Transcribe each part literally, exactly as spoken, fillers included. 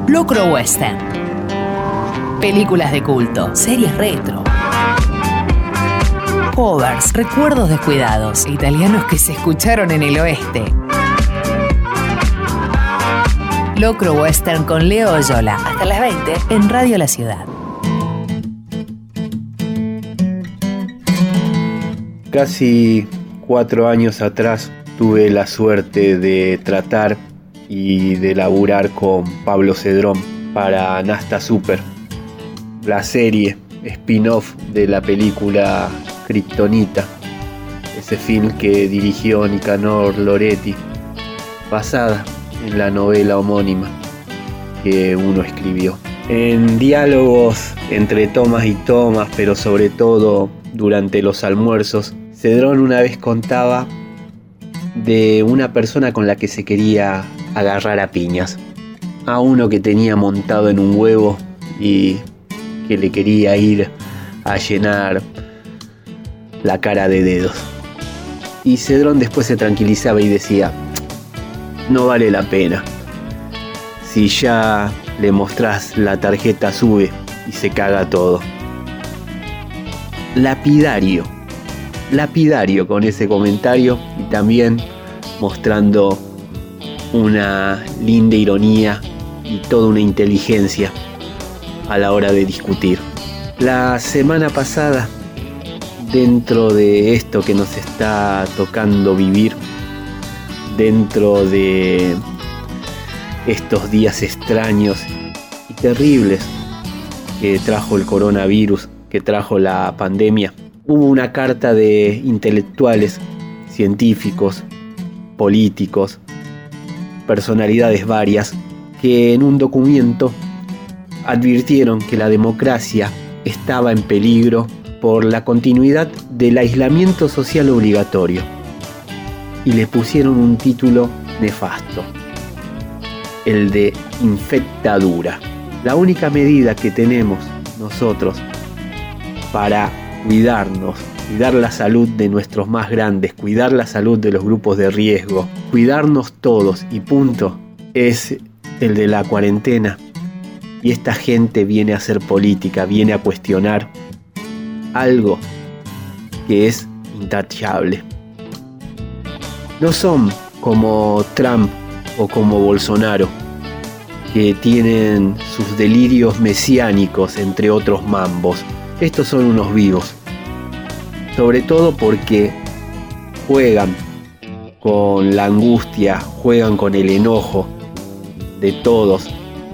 Locro Western. Películas de culto, series retro, covers, recuerdos descuidados, italianos que se escucharon en el oeste. Locro Western con Leo Oyola, hasta las veinte en Radio La Ciudad. Casi cuatro años atrás tuve la suerte de tratar y de laburar con Pablo Cedrón para Nasta Super, la serie spin-off de la película Kryptonita, ese film que dirigió Nicanor Loretti, basada en la novela homónima que uno escribió. En diálogos entre tomas y tomas, pero sobre todo durante los almuerzos, Cedrón una vez contaba de una persona con la que se quería agarrar a piñas, a uno que tenía montado en un huevo y que le quería ir a llenar la cara de dedos. Y Cedrón después se tranquilizaba y decía: no vale la pena. Si ya le mostrás la tarjeta sube y se caga todo. Lapidario. Lapidario con ese comentario y también mostrando una linda ironía y toda una inteligencia a la hora de discutir. La semana pasada, dentro de esto que nos está tocando vivir, dentro de estos días extraños y terribles que trajo el coronavirus, que trajo la pandemia, hubo una carta de intelectuales, científicos, políticos, personalidades varias, que en un documento advirtieron que la democracia estaba en peligro por la continuidad del aislamiento social obligatorio. Y le pusieron un título nefasto, el de infectadura. La única medida que tenemos nosotros para cuidarnos, cuidar la salud de nuestros más grandes, cuidar la salud de los grupos de riesgo, cuidarnos todos y punto, es el de la cuarentena. Y esta gente viene a hacer política, viene a cuestionar algo que es intachable. No son como Trump o como Bolsonaro, que tienen sus delirios mesiánicos entre otros mambos. Estos son unos vivos, sobre todo porque juegan con la angustia, juegan con el enojo de todos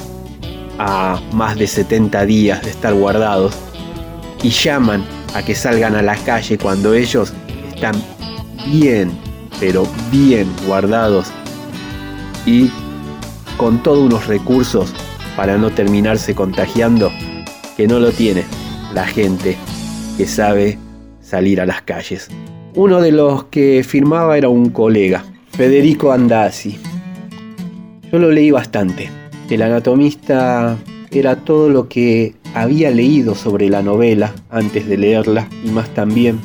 a más de setenta días de estar guardados y llaman a que salgan a la calle cuando ellos están bien, pero bien guardados y con todos unos recursos para no terminarse contagiando, que no lo tiene la gente que sabe salir a las calles. Uno de los que firmaba era un colega, Federico Andasi. Yo lo leí bastante. El anatomista era todo lo que había leído sobre la novela antes de leerla y más también.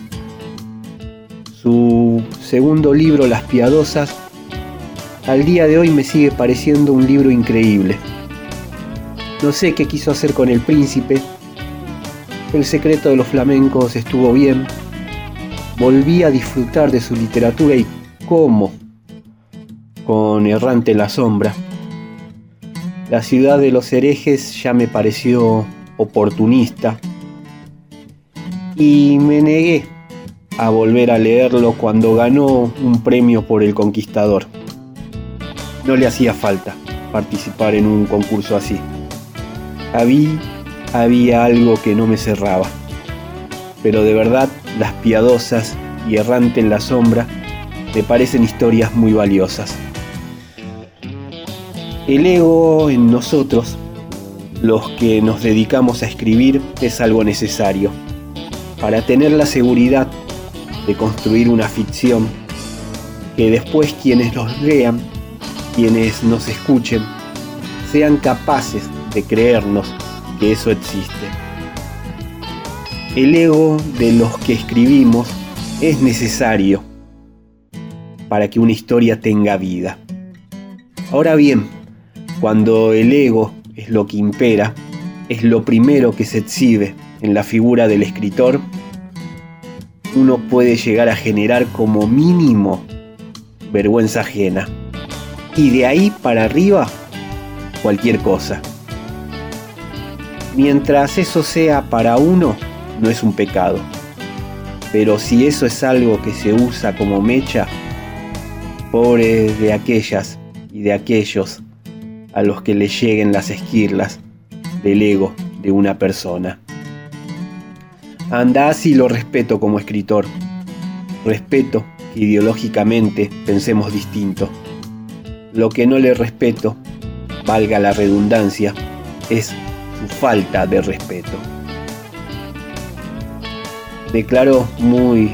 Su segundo libro, Las Piadosas, al día de hoy me sigue pareciendo un libro increíble. No sé qué quiso hacer con El Príncipe. El secreto de los flamencos estuvo bien. Volví a disfrutar de su literatura y cómo, con Errante en la sombra. La ciudad de los herejes ya me pareció oportunista y me negué a volver a leerlo cuando ganó un premio por El Conquistador. No le hacía falta participar en un concurso así. Había, había algo que no me cerraba. Pero de verdad, Las Piadosas y Errante en la sombra me parecen historias muy valiosas. El ego en nosotros, los que nos dedicamos a escribir, es algo necesario para tener la seguridad de construir una ficción que después quienes nos lean, quienes nos escuchen, sean capaces de creernos que eso existe. El ego de los que escribimos es necesario para que una historia tenga vida. Ahora bien, cuando el ego es lo que impera, es lo primero que se exhibe en la figura del escritor, uno puede llegar a generar como mínimo vergüenza ajena. Y de ahí para arriba, cualquier cosa. Mientras eso sea para uno, no es un pecado. Pero si eso es algo que se usa como mecha, pobres de aquellas y de aquellos a los que le lleguen las esquirlas del ego de una persona. A Andazzi lo respeto como escritor. Respeto que ideológicamente pensemos distinto. Lo que no le respeto, valga la redundancia, es su falta de respeto. Declaró muy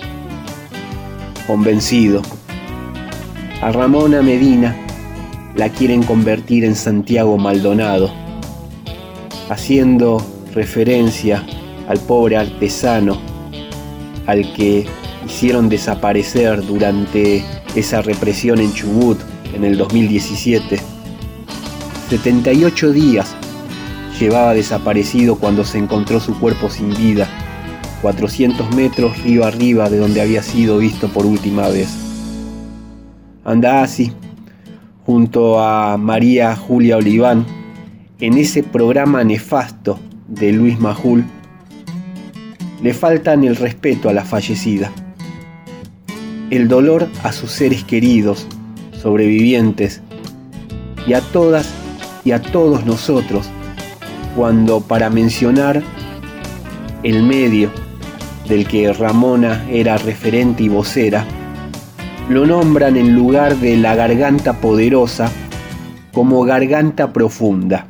convencido: a Ramona Medina la quieren convertir en Santiago Maldonado, haciendo referencia al pobre artesano al que hicieron desaparecer durante esa represión en Chubut en el dos mil diecisiete. setenta y ocho días llevaba desaparecido cuando se encontró su cuerpo sin vida, cuatrocientos metros río arriba de donde había sido visto por última vez. Andazzi, junto a María Julia Oliván, en ese programa nefasto de Luis Majul, le faltan el respeto a la fallecida, el dolor a sus seres queridos, sobrevivientes, y a todas y a todos nosotros, cuando para mencionar el medio del que Ramona era referente y vocera, lo nombran en lugar de la garganta poderosa como garganta profunda.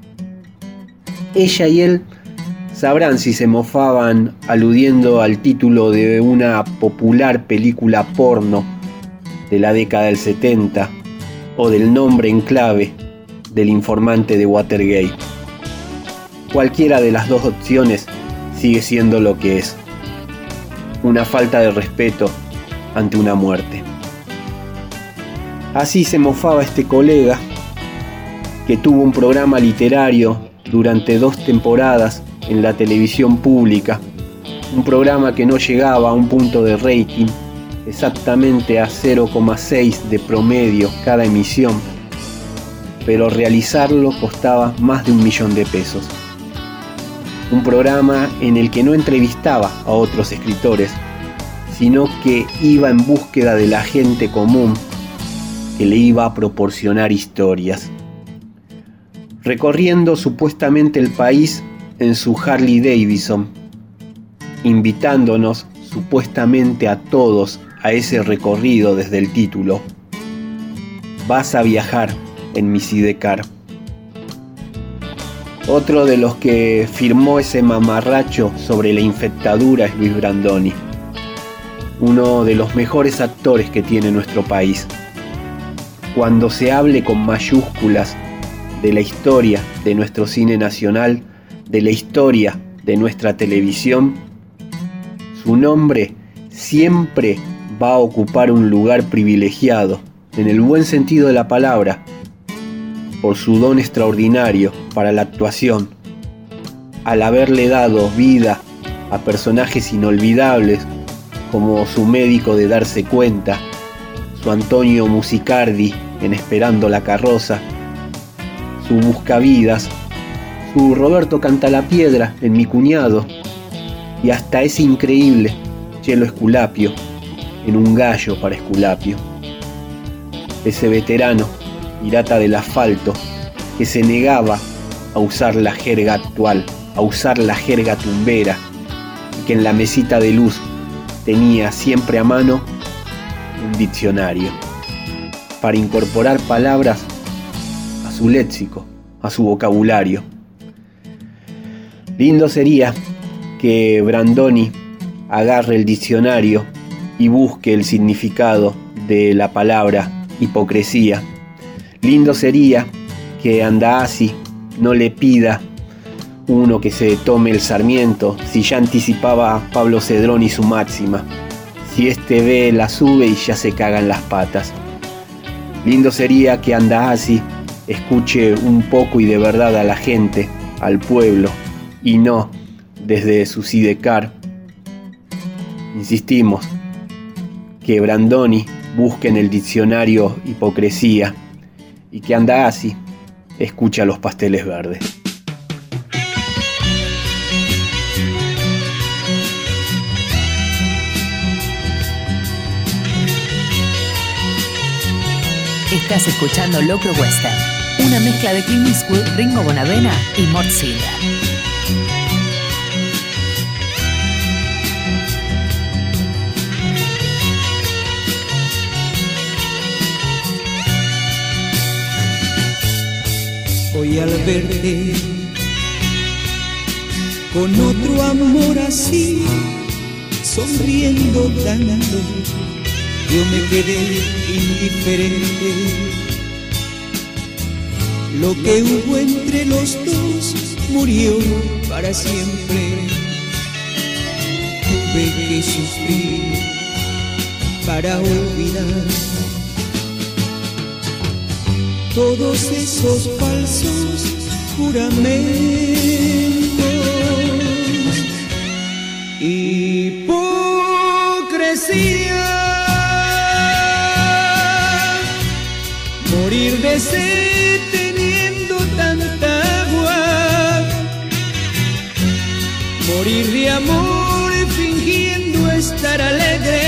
Ella y él sabrán si se mofaban aludiendo al título de una popular película porno de la década del setenta o del nombre en clave del informante de Watergate. Cualquiera de las dos opciones sigue siendo lo que es: una falta de respeto ante una muerte. Así se mofaba este colega, que tuvo un programa literario durante dos temporadas en la televisión pública, un programa que no llegaba a un punto de rating, exactamente a cero coma seis de promedio cada emisión, pero realizarlo costaba más de un millón de pesos. Un programa en el que no entrevistaba a otros escritores, sino que iba en búsqueda de la gente común que le iba a proporcionar historias. Recorriendo supuestamente el país en su Harley Davidson, invitándonos supuestamente a todos a ese recorrido desde el título: vas a viajar en mi sidecar. Otro de los que firmó ese mamarracho sobre la infectadura es Luis Brandoni, uno de los mejores actores que tiene nuestro país. Cuando se hable con mayúsculas de la historia de nuestro cine nacional, de la historia de nuestra televisión, su nombre siempre va a ocupar un lugar privilegiado, en el buen sentido de la palabra, por su don extraordinario para la actuación, al haberle dado vida a personajes inolvidables como su médico de Darse Cuenta, su Antonio Musicardi en Esperando la Carroza, su Buscavidas, su Roberto Cantalapiedra en Mi Cuñado, y hasta ese increíble Chelo Esculapio en Un Gallo para Esculapio. Ese veterano pirata del asfalto que se negaba a usar la jerga actual, a usar la jerga tumbera, y que en la mesita de luz tenía siempre a mano un diccionario para incorporar palabras a su léxico, a su vocabulario. Lindo sería que Brandoni agarre el diccionario y busque el significado de la palabra hipocresía. Lindo sería que Andazzi no le pida uno que se tome el Sarmiento si ya anticipaba a Pablo Cedrón su máxima. Si este ve, la sube y ya se cagan las patas. Lindo sería que Andazzi escuche un poco y de verdad a la gente, al pueblo, y no desde su sidecar. Insistimos que Brandoni busque en el diccionario hipocresía y que Andagasi escucha Los Pasteles Verdes. Estás escuchando Locro Western, una mezcla de Clint Eastwood, Ringo Bonavena y Mort Singer. Hoy al verte con otro amor así, sonriendo tanto, yo me quedé indiferente. Lo que hubo entre los dos murió para siempre. Tuve que sufrir para olvidar todos esos falsos juramentos. Hipocresía, morir de sed teniendo tanta agua, morir de amor fingiendo estar alegre,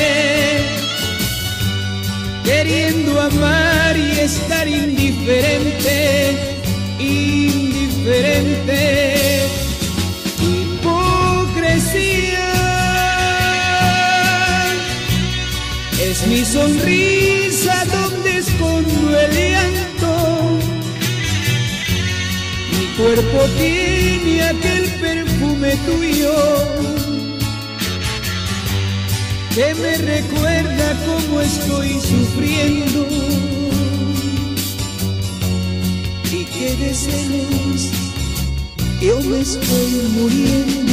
queriendo amar y estar indiferente, indiferente. Hipocresía es mi sonrisa donde escondo el llanto, mi cuerpo tiene aquel perfume tuyo que me recuerda cómo estoy sufriendo y que de celos yo me estoy muriendo.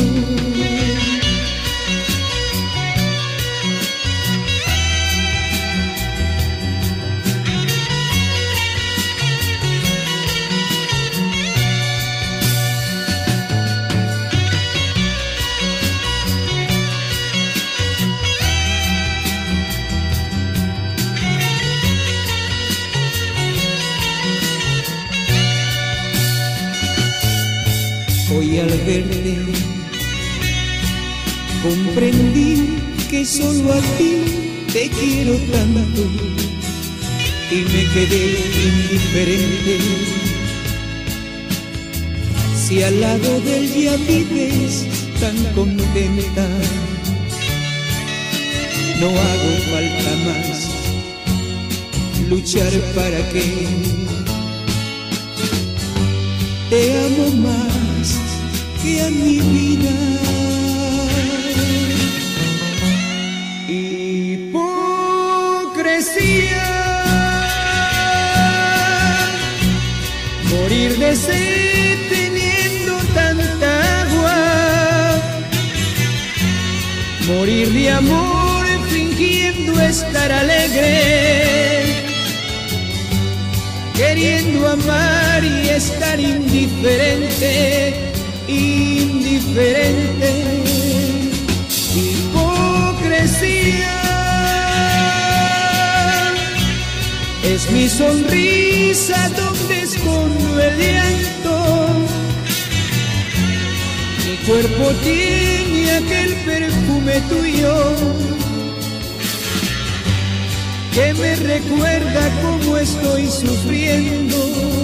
Hoy al verte comprendí que solo a ti te quiero tanto y me quedé indiferente. Si al lado de él ya vives tan contenta, no hago falta más luchar para que te amo más que a mi vida. Hipocresía, morir de sed teniendo tanta agua, morir de amor fingiendo estar alegre, queriendo amar y estar indiferente, indiferente. Hipocresía es mi sonrisa donde escondo el llanto, mi cuerpo tiene aquel perfume tuyo que me recuerda cómo estoy sufriendo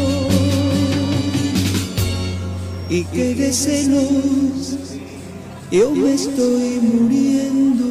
y que de celos yo me estoy muriendo.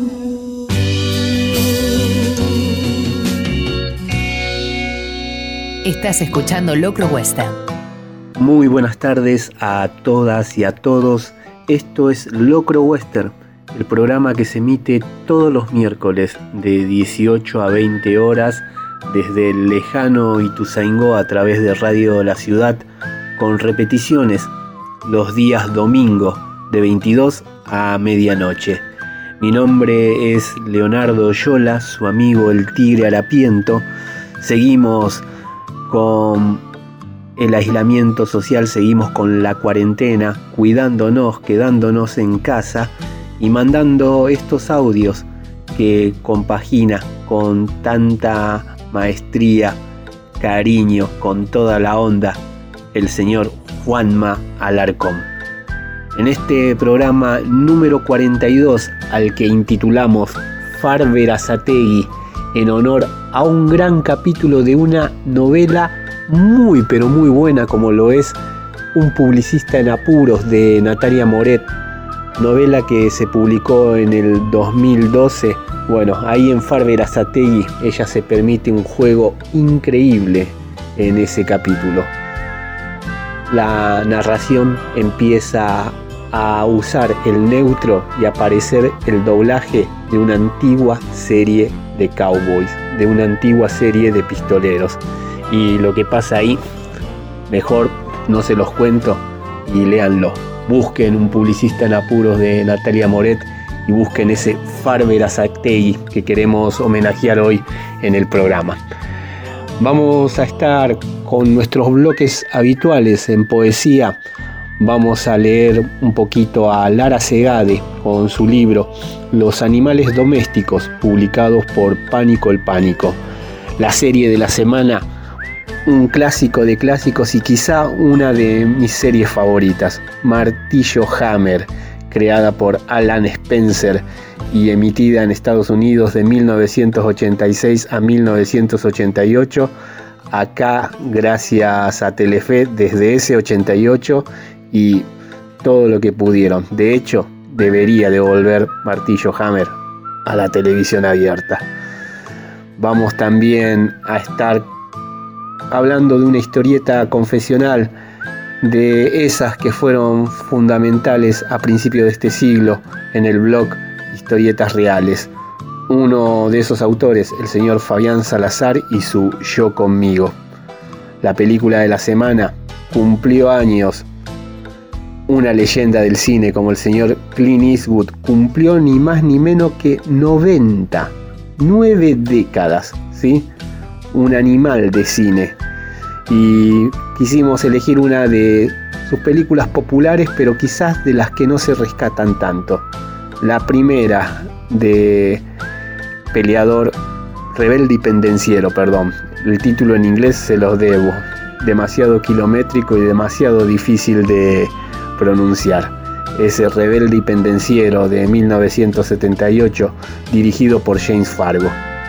Estás escuchando Locro Western. Muy buenas tardes a todas y a todos. Esto es Locro Western, el programa que se emite todos los miércoles de dieciocho a veinte horas desde el lejano Ituzaingó a través de Radio La Ciudad, con repeticiones los días domingo de veintidós a medianoche. Mi nombre es Leonardo Oyola, su amigo el Tigre Harapiento. Seguimos con el aislamiento social, seguimos con la cuarentena, cuidándonos, quedándonos en casa y mandando estos audios que compagina con tanta maestría, cariño, con toda la onda, el señor Juanma Alarcón. En este programa número cuarenta y dos, al que intitulamos Far Berazategui, en honor a un gran capítulo de una novela muy pero muy buena como lo es Un publicista en apuros, de Natalia Moret, novela que se publicó en el dos mil doce. Bueno, ahí en Far Berazategui ella se permite un juego increíble en ese capítulo. La narración empieza a usar el neutro y aparecer el doblaje de una antigua serie de cowboys, de una antigua serie de pistoleros. Y lo que pasa ahí, mejor no se los cuento y léanlo. Busquen Un publicista en apuros de Natalia Moret y busquen ese Far Berazategui que queremos homenajear hoy en el programa. Vamos a estar con nuestros bloques habituales en poesía. Vamos a leer un poquito a Lara Segade con su libro Los animales domésticos, publicados por Pánico el Pánico. La serie de la semana, un clásico de clásicos y quizá una de mis series favoritas, Martillo Hammer, creada por Alan Spencer y emitida en Estados Unidos de mil novecientos ochenta y seis a mil novecientos ochenta y ocho, acá gracias a Telefe desde ese ochenta y ocho y todo lo que pudieron. De hecho, debería devolver Martillo Hammer a la televisión abierta. Vamos también a estar hablando de una historieta confesional, de esas que fueron fundamentales a principios de este siglo en el blog Historietas Reales. Uno de esos autores, el señor Fabián Salazar y su Yo Conmigo. La película de la semana, cumplió años. Una leyenda del cine como el señor Clint Eastwood cumplió ni más ni menos que noventa, nueve décadas, ¿sí? Un animal de cine. Y quisimos elegir una de sus películas populares, pero quizás de las que no se rescatan tanto. La primera de Peleador, Rebelde y Pendenciero, perdón. El título en inglés se los debo. Demasiado kilométrico y demasiado difícil de pronunciar. Ese Rebelde y Pendenciero de mil novecientos setenta y ocho, dirigido por James Fargo.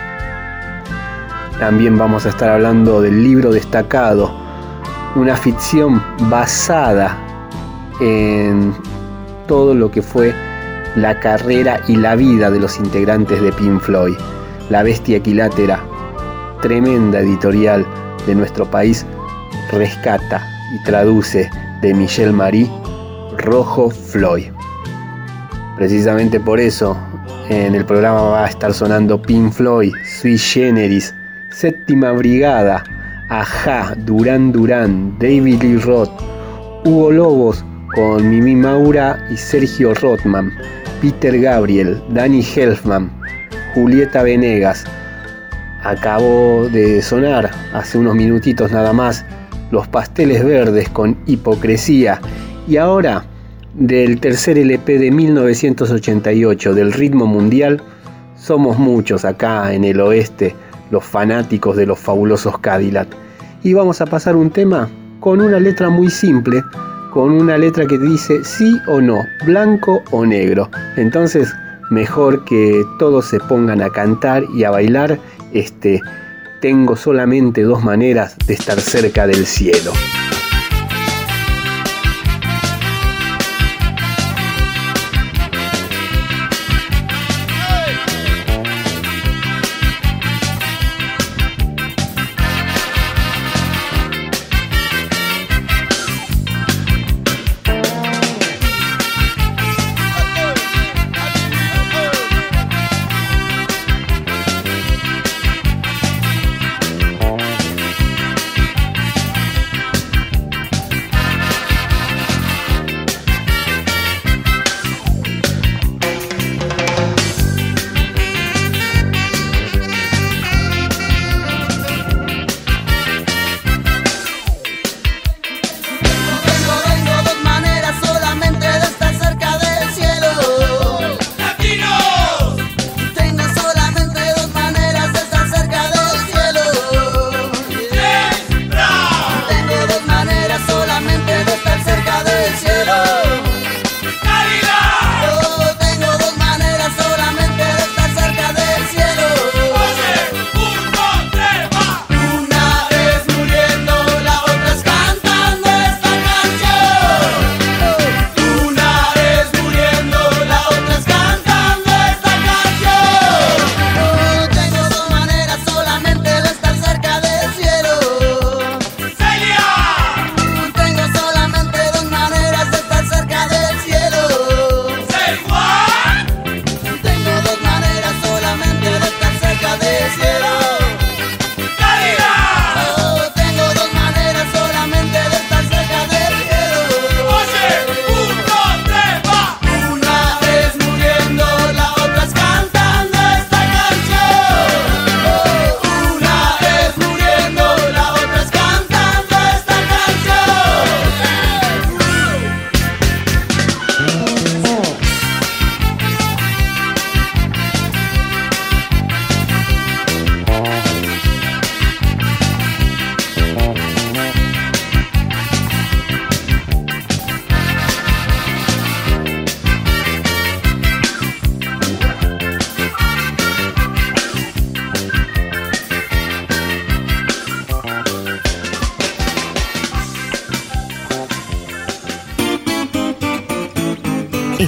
También vamos a estar hablando del libro destacado, una ficción basada en todo lo que fue la carrera y la vida de los integrantes de Pink Floyd. La Bestia Equilátera, tremenda editorial de nuestro país, rescata y traduce de Michel Marie Rojo Floyd. Precisamente por eso en el programa va a estar sonando Pink Floyd, Sui Generis, Séptima Brigada, Ajá, Duran Duran, David Lee Roth, Hugo Lobos con Mimi Maura y Sergio Rothman, Peter Gabriel, Danny Elfman, Julieta Venegas. Acabó de sonar hace unos minutitos nada más Los Pasteles Verdes con Hipocresía. Y ahora, del tercer L P de mil novecientos ochenta y ocho del Ritmo Mundial, somos muchos acá en el oeste los fanáticos de los fabulosos Cadillac. Y vamos a pasar un tema con una letra muy simple, con una letra que dice sí o no, blanco o negro. Entonces, mejor que todos se pongan a cantar y a bailar este Tengo solamente dos maneras de estar cerca del cielo.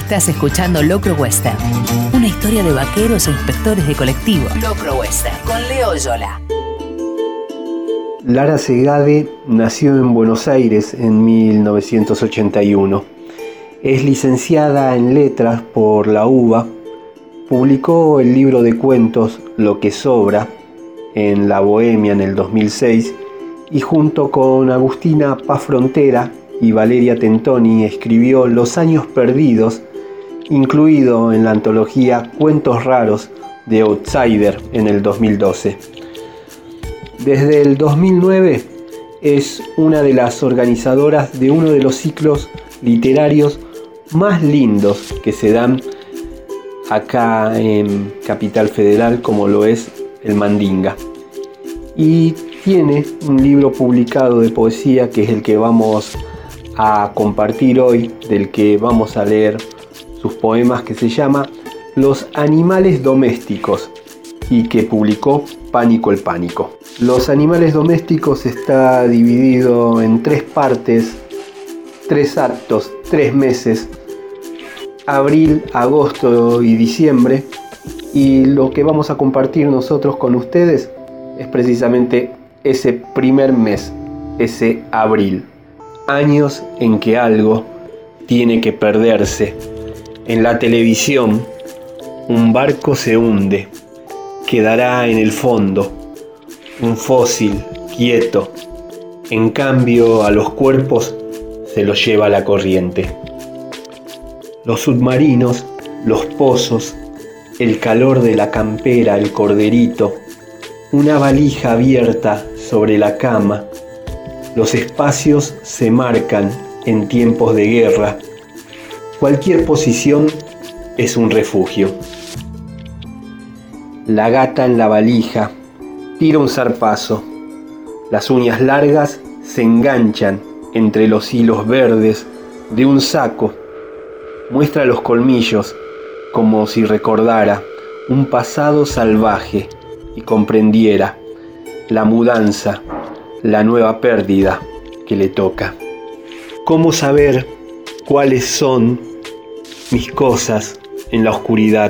Estás escuchando Locro Western, una historia de vaqueros e inspectores de colectivo. Locro Western, con Leo Yola. Lara Segade nació en Buenos Aires en mil novecientos ochenta y uno. Es licenciada en Letras por la UBA. Publicó el libro de cuentos Lo que sobra en La Bohemia en el dos mil seis y junto con Agustina Paz Frontera y Valeria Tentoni escribió Los años perdidos, incluido en la antología Cuentos raros de Outsider en el dos mil doce. Desde el dos mil nueve es una de las organizadoras de uno de los ciclos literarios más lindos que se dan acá en Capital Federal, como lo es el Mandinga. Y tiene un libro publicado de poesía que es el que vamos a compartir hoy, del que vamos a leer sus poemas, que se llama Los animales domésticos y que publicó Pánico el Pánico. Los animales domésticos está dividido en tres partes, tres actos, tres meses: abril, agosto y diciembre. Y lo que vamos a compartir nosotros con ustedes es precisamente ese primer mes, ese abril. Años en que algo tiene que perderse. En la televisión, un barco se hunde, quedará en el fondo, un fósil quieto. En cambio, a los cuerpos se los lleva la corriente. Los submarinos, los pozos, el calor de la campera, el corderito, una valija abierta sobre la cama. Los espacios se marcan en tiempos de guerra. Cualquier posición es un refugio. La gata en la valija tira un zarpazo. Las uñas largas se enganchan entre los hilos verdes de un saco. Muestra los colmillos como si recordara un pasado salvaje y comprendiera la mudanza, la nueva pérdida que le toca. ¿Cómo saber cuáles son mis cosas en la oscuridad?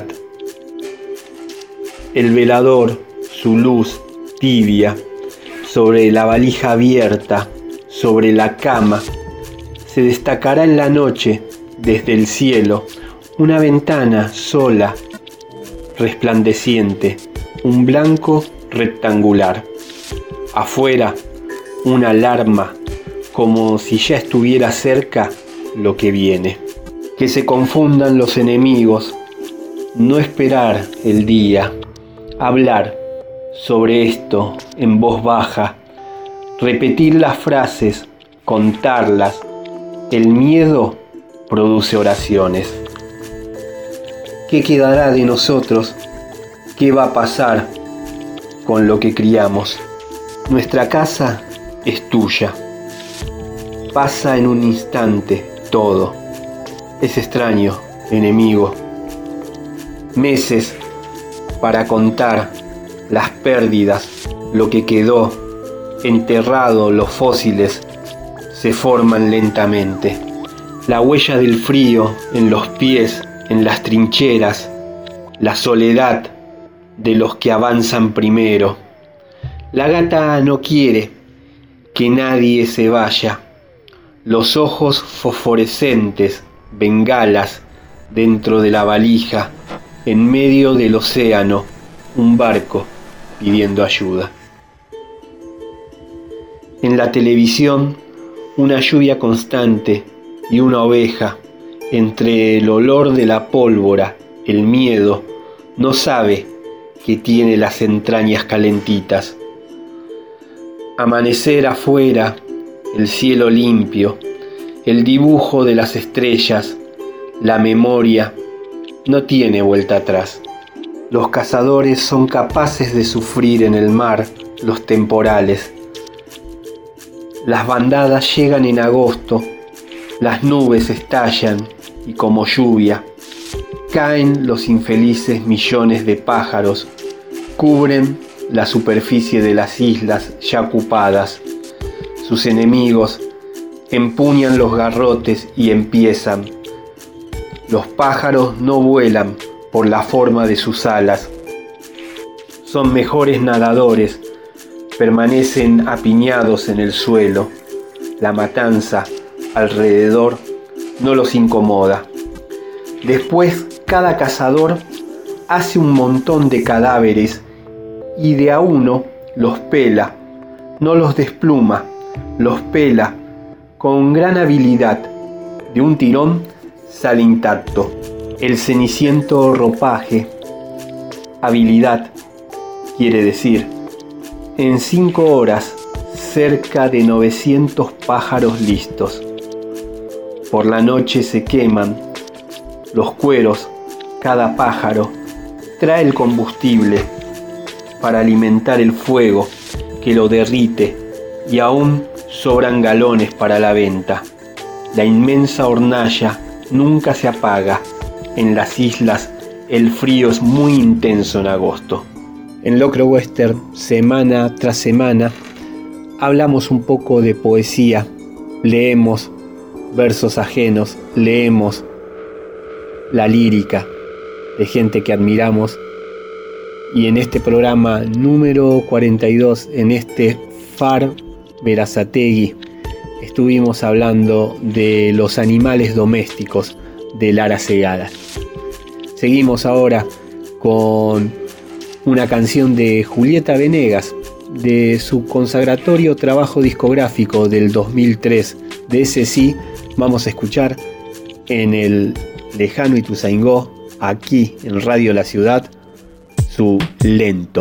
El velador, su luz tibia, sobre la valija abierta, sobre la cama, se destacará en la noche desde el cielo una ventana sola, resplandeciente, un blanco rectangular. Afuera, una alarma, como si ya estuviera cerca lo que viene. Que se confundan los enemigos, no esperar el día, hablar sobre esto en voz baja, repetir las frases, contarlas. El miedo produce oraciones. ¿Qué quedará de nosotros? ¿Qué va a pasar con lo que criamos? Nuestra casa es tuya. Pasa en un instante todo. Es extraño, enemigo. Meses para contar las pérdidas, lo que quedó enterrado, los fósiles se forman lentamente. La huella del frío en los pies, en las trincheras, la soledad de los que avanzan primero. La gata no quiere que nadie se vaya. Los ojos fosforescentes, bengalas dentro de la valija, en medio del océano, un barco pidiendo ayuda. En la televisión, una lluvia constante y una oveja. Entre el olor de la pólvora, el miedo, no sabe que tiene las entrañas calentitas. Amanecer afuera, el cielo limpio, el dibujo de las estrellas, la memoria, no tiene vuelta atrás. Los cazadores son capaces de sufrir en el mar los temporales. Las bandadas llegan en agosto, las nubes estallan y como lluvia caen los infelices millones de pájaros, cubren la superficie de las islas ya ocupadas. Sus enemigos empuñan los garrotes y empiezan. Los pájaros no vuelan por la forma de sus alas. Son mejores nadadores, permanecen apiñados en el suelo. La matanza alrededor no los incomoda. Después, cada cazador hace un montón de cadáveres y de a uno los pela, no los despluma, los pela con gran habilidad. De un tirón sale intacto. El ceniciento ropaje, habilidad, quiere decir, en cinco horas cerca de novecientos pájaros listos. Por la noche se queman los cueros, cada pájaro trae el combustible para alimentar el fuego que lo derrite y aún sobran galones para la venta. La inmensa hornalla nunca se apaga. En las islas el frío es muy intenso en agosto. En Locro Western, semana tras semana, hablamos un poco de poesía, leemos versos ajenos, leemos la lírica de gente que admiramos. Y en este programa número cuarenta y dos, en este F A R Berazategui, estuvimos hablando de los animales domésticos de Lara Segada. Seguimos ahora con una canción de Julieta Venegas, de su consagratorio trabajo discográfico del dos mil tres. De ese sí vamos a escuchar en el lejano Ituzaingó, aquí en Radio La Ciudad, su Lento.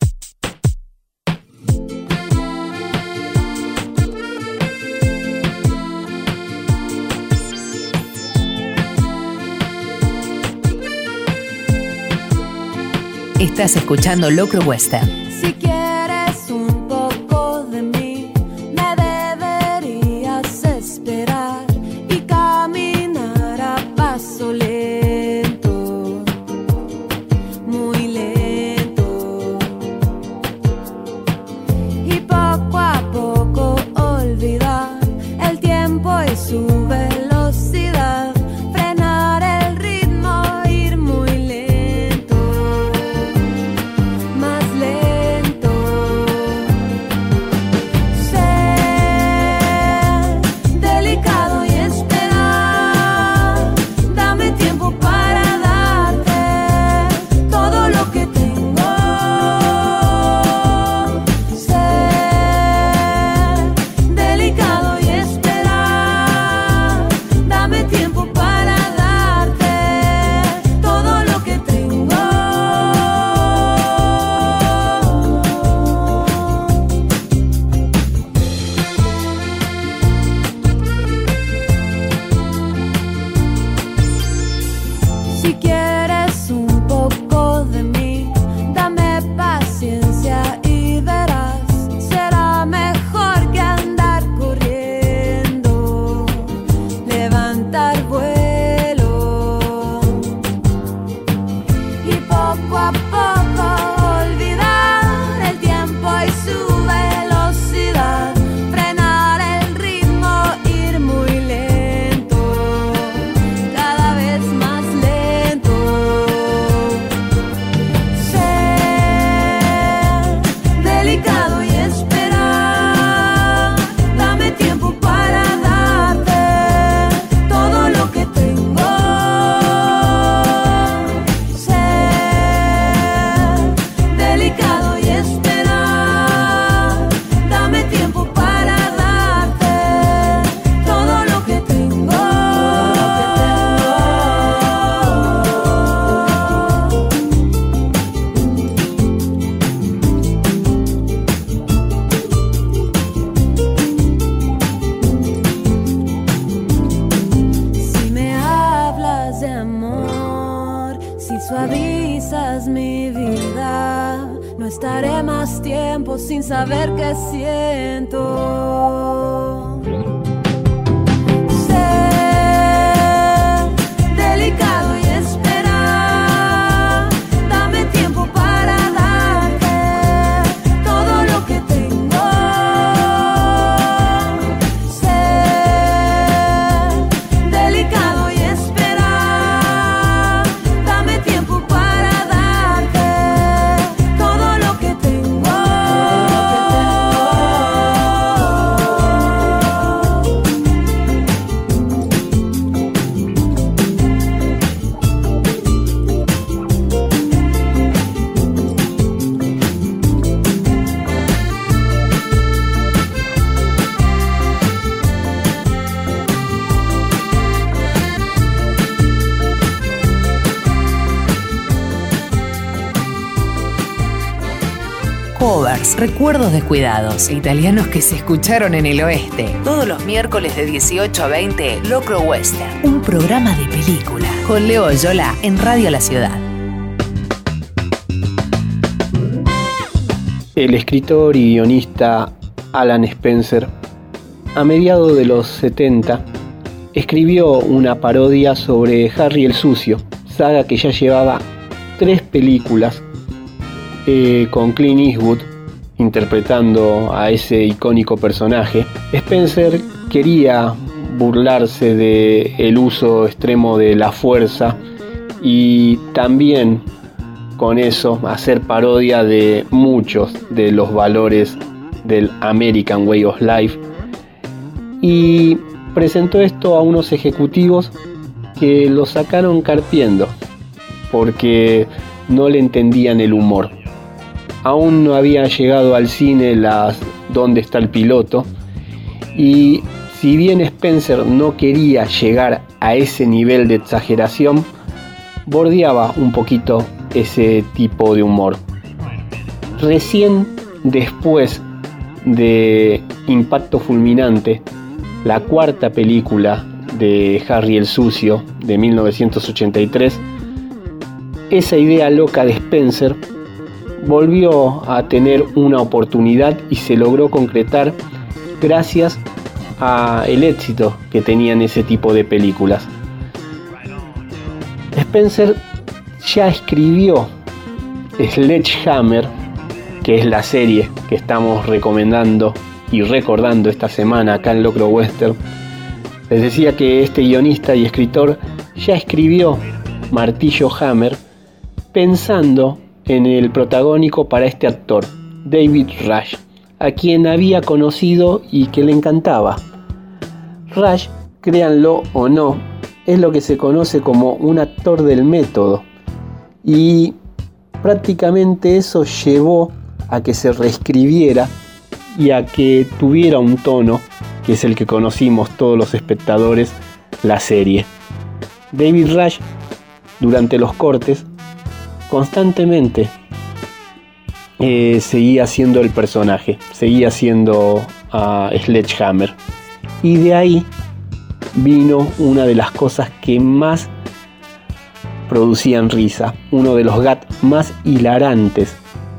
Estás escuchando Locro Western. Si quieres un poco de mí, me deberías esperar y caminar a paso lento, muy lento, y poco a poco olvidar el tiempo y su velocidad. Sin saber qué siento. Ser delicado y esperar. Dame tiempo para darte todo lo que tengo. Ser delicado y esperar. historias, recuerdos descuidados e italianos que se escucharon en el oeste. Todos los miércoles de dieciocho a veinte, Locro Western, un programa de película con Leo Oyola en Radio La Ciudad. El escritor y guionista Alan Spencer, a mediados de los setenta, escribió una parodia sobre Harry el Sucio, saga que ya llevaba tres películas eh, con Clint Eastwood interpretando a ese icónico personaje. Spencer quería burlarse del uso extremo de la fuerza y también con eso hacer parodia de muchos de los valores del American Way of Life, y presentó esto a unos ejecutivos que lo sacaron carpiendo porque no le entendían el humor. Aún no había llegado al cine las ¿Dónde está el piloto? Y si bien Spencer no quería llegar a ese nivel de exageración, bordeaba un poquito ese tipo de humor. Recién después de Impacto Fulminante, la cuarta película de Harry el Sucio de mil novecientos ochenta y tres, esa idea loca de Spencer volvió a tener una oportunidad y se logró concretar gracias al éxito que tenían ese tipo de películas. Spencer ya escribió Sledgehammer, que es la serie que estamos recomendando y recordando esta semana acá en Locro Western. Les decía que este guionista y escritor ya escribió Martillo Hammer pensando en el protagónico para este actor, David Rush, a quien había conocido y que le encantaba. Rush, créanlo o no, es lo que se conoce como un actor del método, y prácticamente eso llevó a que se reescribiera y a que tuviera un tono que es el que conocimos todos los espectadores, la serie. David Rush, durante los cortes, constantemente eh, seguía siendo el personaje, seguía siendo uh, Sledgehammer, y de ahí vino una de las cosas que más producían risa, uno de los gags más hilarantes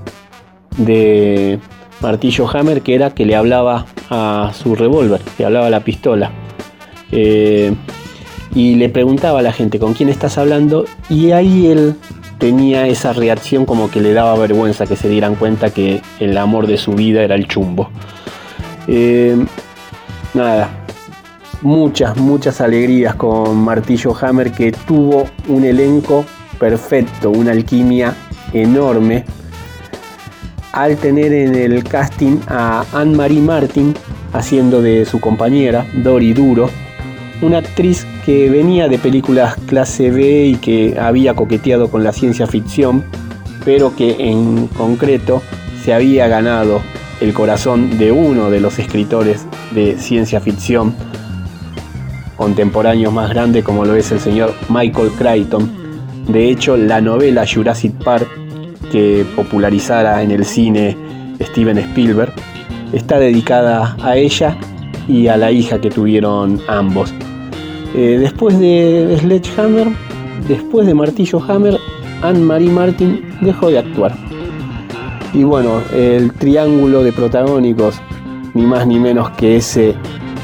de Martillo Hammer, que era que le hablaba a su revólver, le hablaba a la pistola, eh, y le preguntaba a la gente ¿con quién estás hablando? Y ahí él tenía esa reacción como que le daba vergüenza que se dieran cuenta que el amor de su vida era el chumbo. Eh, nada, muchas, muchas alegrías con Martillo Hammer, que tuvo un elenco perfecto, una alquimia enorme, al tener en el casting a Anne-Marie Martin haciendo de su compañera, Dory Duro, una actriz que venía de películas clase B y que había coqueteado con la ciencia ficción, pero que en concreto se había ganado el corazón de uno de los escritores de ciencia ficción contemporáneos más grande, como lo es el señor Michael Crichton. De hecho, la novela Jurassic Park, que popularizara en el cine Steven Spielberg, está dedicada a ella y a la hija que tuvieron ambos. Eh, después de Sledgehammer, después de Martillo Hammer, Anne-Marie Martin dejó de actuar. Y bueno, el triángulo de protagónicos, ni más ni menos que ese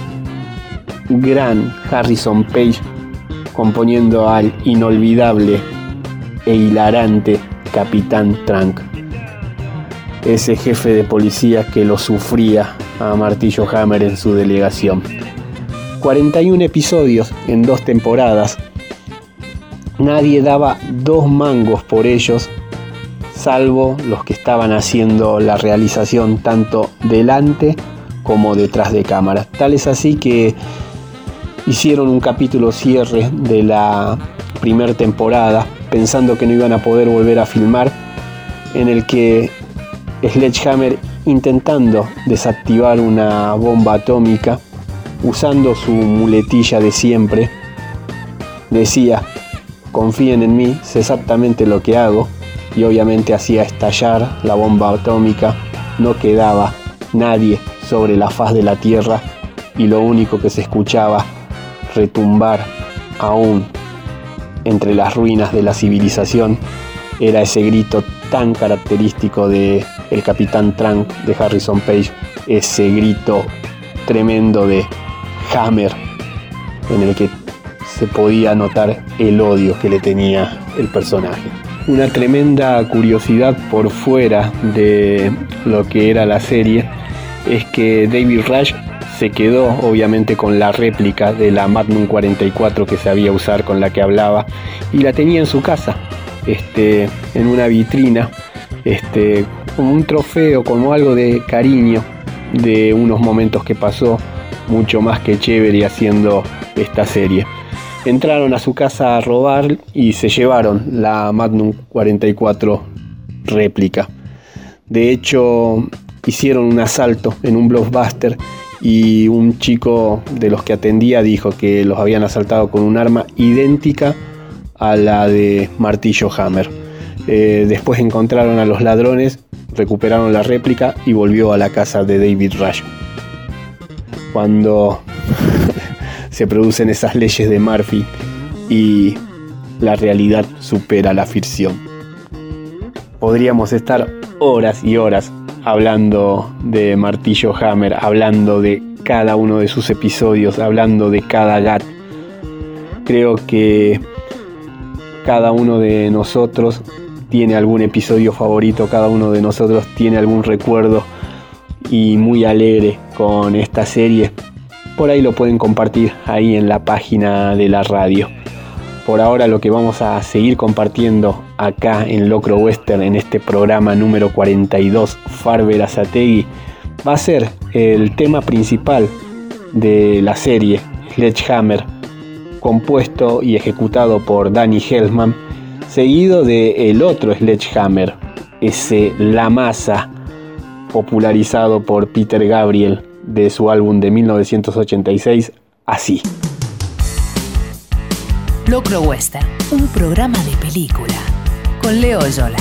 gran Harrison Page componiendo al inolvidable e hilarante Capitán Trank, ese jefe de policía que lo sufría a Martillo Hammer en su delegación. cuarenta y un episodios en dos temporadas. Nadie daba dos mangos por ellos, salvo los que estaban haciendo la realización tanto delante como detrás de cámara. Tal es así que hicieron un capítulo cierre de la primera temporada, pensando que no iban a poder volver a filmar, en el que Sledgehammer, intentando desactivar una bomba atómica usando su muletilla de siempre, decía: confíen en mí, sé exactamente lo que hago, y obviamente hacía estallar la bomba atómica no quedaba nadie sobre la faz de la tierra y lo único que se escuchaba retumbar aún entre las ruinas de la civilización era ese grito tan característico de el Capitán Trank de Harrison Page, ese grito tremendo de Hammer en el que se podía notar el odio que le tenía el personaje. Una tremenda curiosidad por fuera de lo que era la serie es que David Rush se quedó obviamente con la réplica de la Magnum cuarenta y cuatro que sabía usar, con la que hablaba, y la tenía en su casa, este, en una vitrina, este, como un trofeo, como algo de cariño de unos momentos que pasó, mucho más que chévere haciendo esta serie. Entraron a su casa a robar y se llevaron la Magnum cuarenta y cuatro réplica. De hecho, hicieron un asalto en un Blockbuster y un chico de los que atendía dijo que los habían asaltado con un arma idéntica a la de Martillo Hammer. Eh, después encontraron a los ladrones, recuperaron la réplica y volvió a la casa de David Rush. Cuando se producen esas leyes de Murphy y la realidad supera la ficción. Podríamos estar horas y horas hablando de Martillo Hammer, hablando de cada uno de sus episodios, hablando de cada gag. Creo que cada uno de nosotros tiene algún episodio favorito, cada uno de nosotros tiene algún recuerdo y muy alegre con esta serie. Por ahí lo pueden compartir ahí en la página de la radio. Por ahora lo que vamos a seguir compartiendo acá en Locro Western, en este programa número cuarenta y dos, Far Berazategui, va a ser el tema principal de la serie Sledgehammer, compuesto y ejecutado por Danny Elfman, seguido de el otro Sledgehammer, ese La Masa, popularizado por Peter Gabriel de su álbum de mil novecientos ochenta y seis, Así. Locro Western, un programa de película con Leo Yola.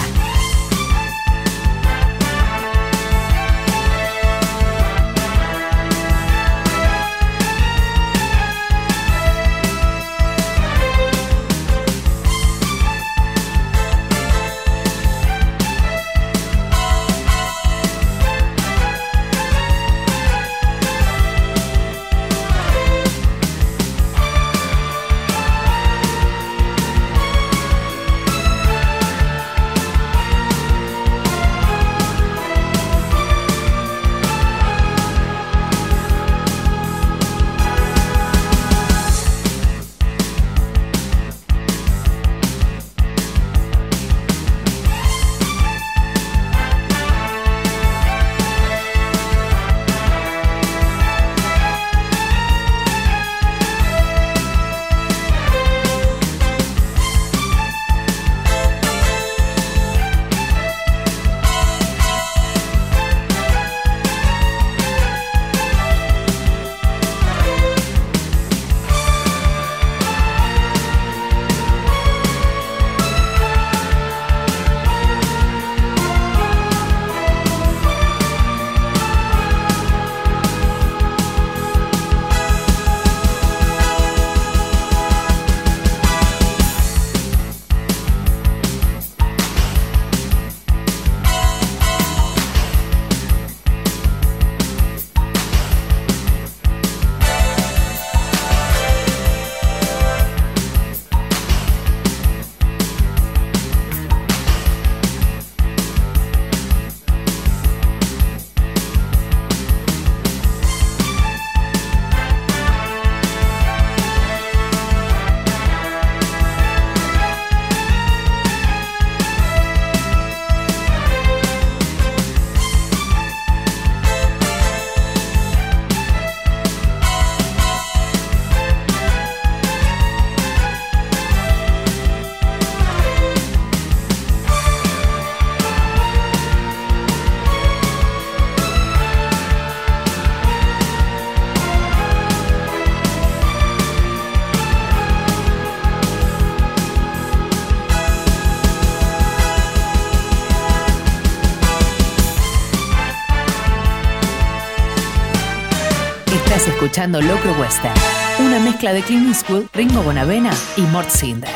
Estás escuchando Locro Western, una mezcla de Clint Eastwood, Ringo Bonavena y Mort Sinder.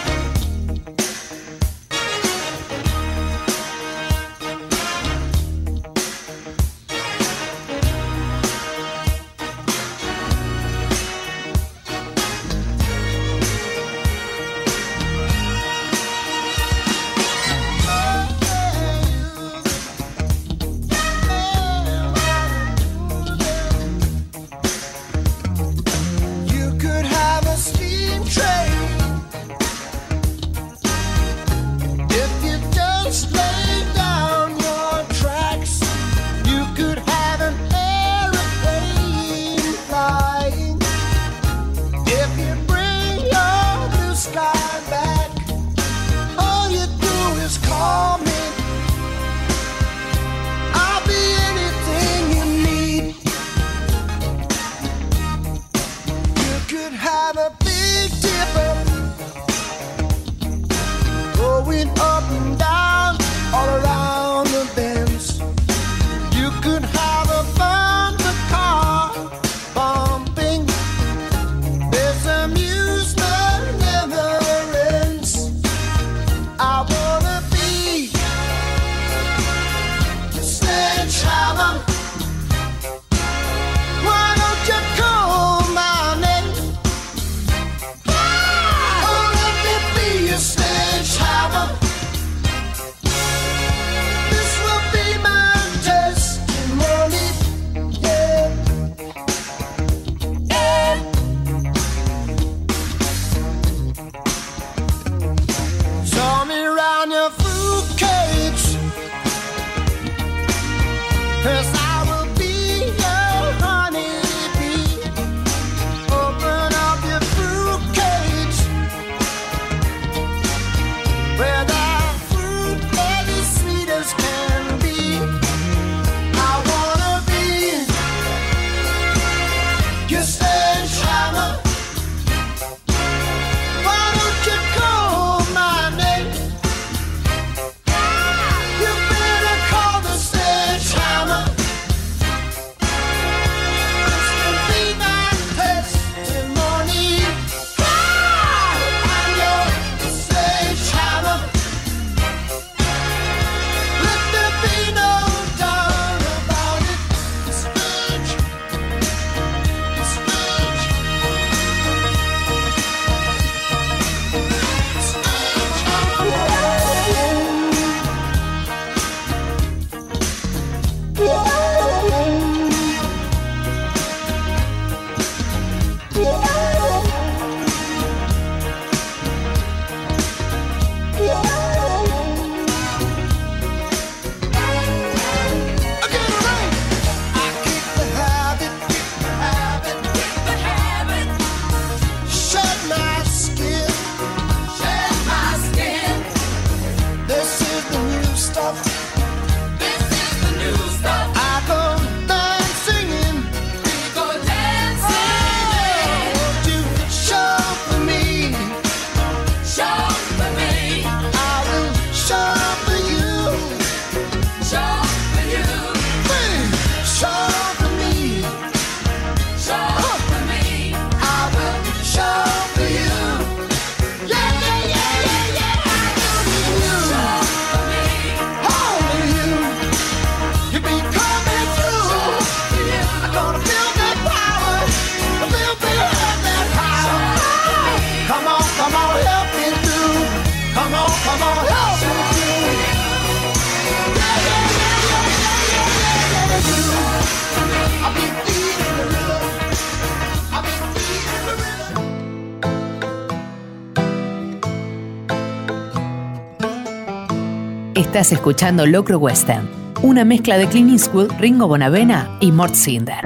Estás escuchando Locro Western, una mezcla de Clint Eastwood, Ringo Bonavena y Mort Sinder.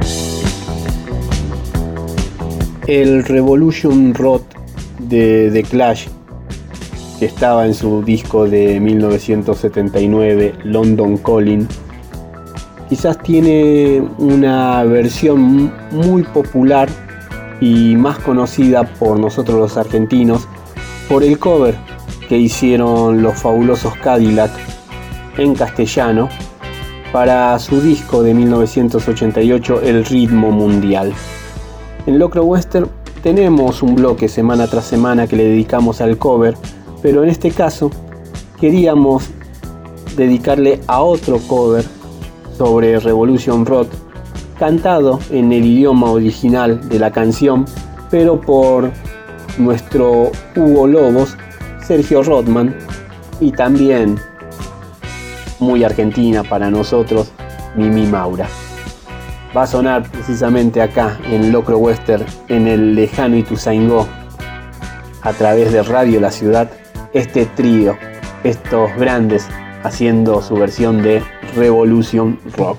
El Revolution Road de The Clash, que estaba en su disco de mil novecientos setenta y nueve, London Calling, quizás tiene una versión muy popular y más conocida por nosotros los argentinos por el cover que hicieron los fabulosos Cadillac en castellano para su disco de mil novecientos ochenta y ocho, El ritmo mundial. En Locro Western tenemos un bloque semana tras semana que le dedicamos al cover, pero en este caso queríamos dedicarle a otro cover sobre Revolution Rock, cantado en el idioma original de la canción, pero por nuestro Hugo Lobos, Sergio Rodman, y también muy argentina para nosotros, Mimi Maura. Va a sonar precisamente acá en Locro Western, en el lejano Ituzaingó, a través de Radio La Ciudad, este trío, estos grandes haciendo su versión de Revolution Rock.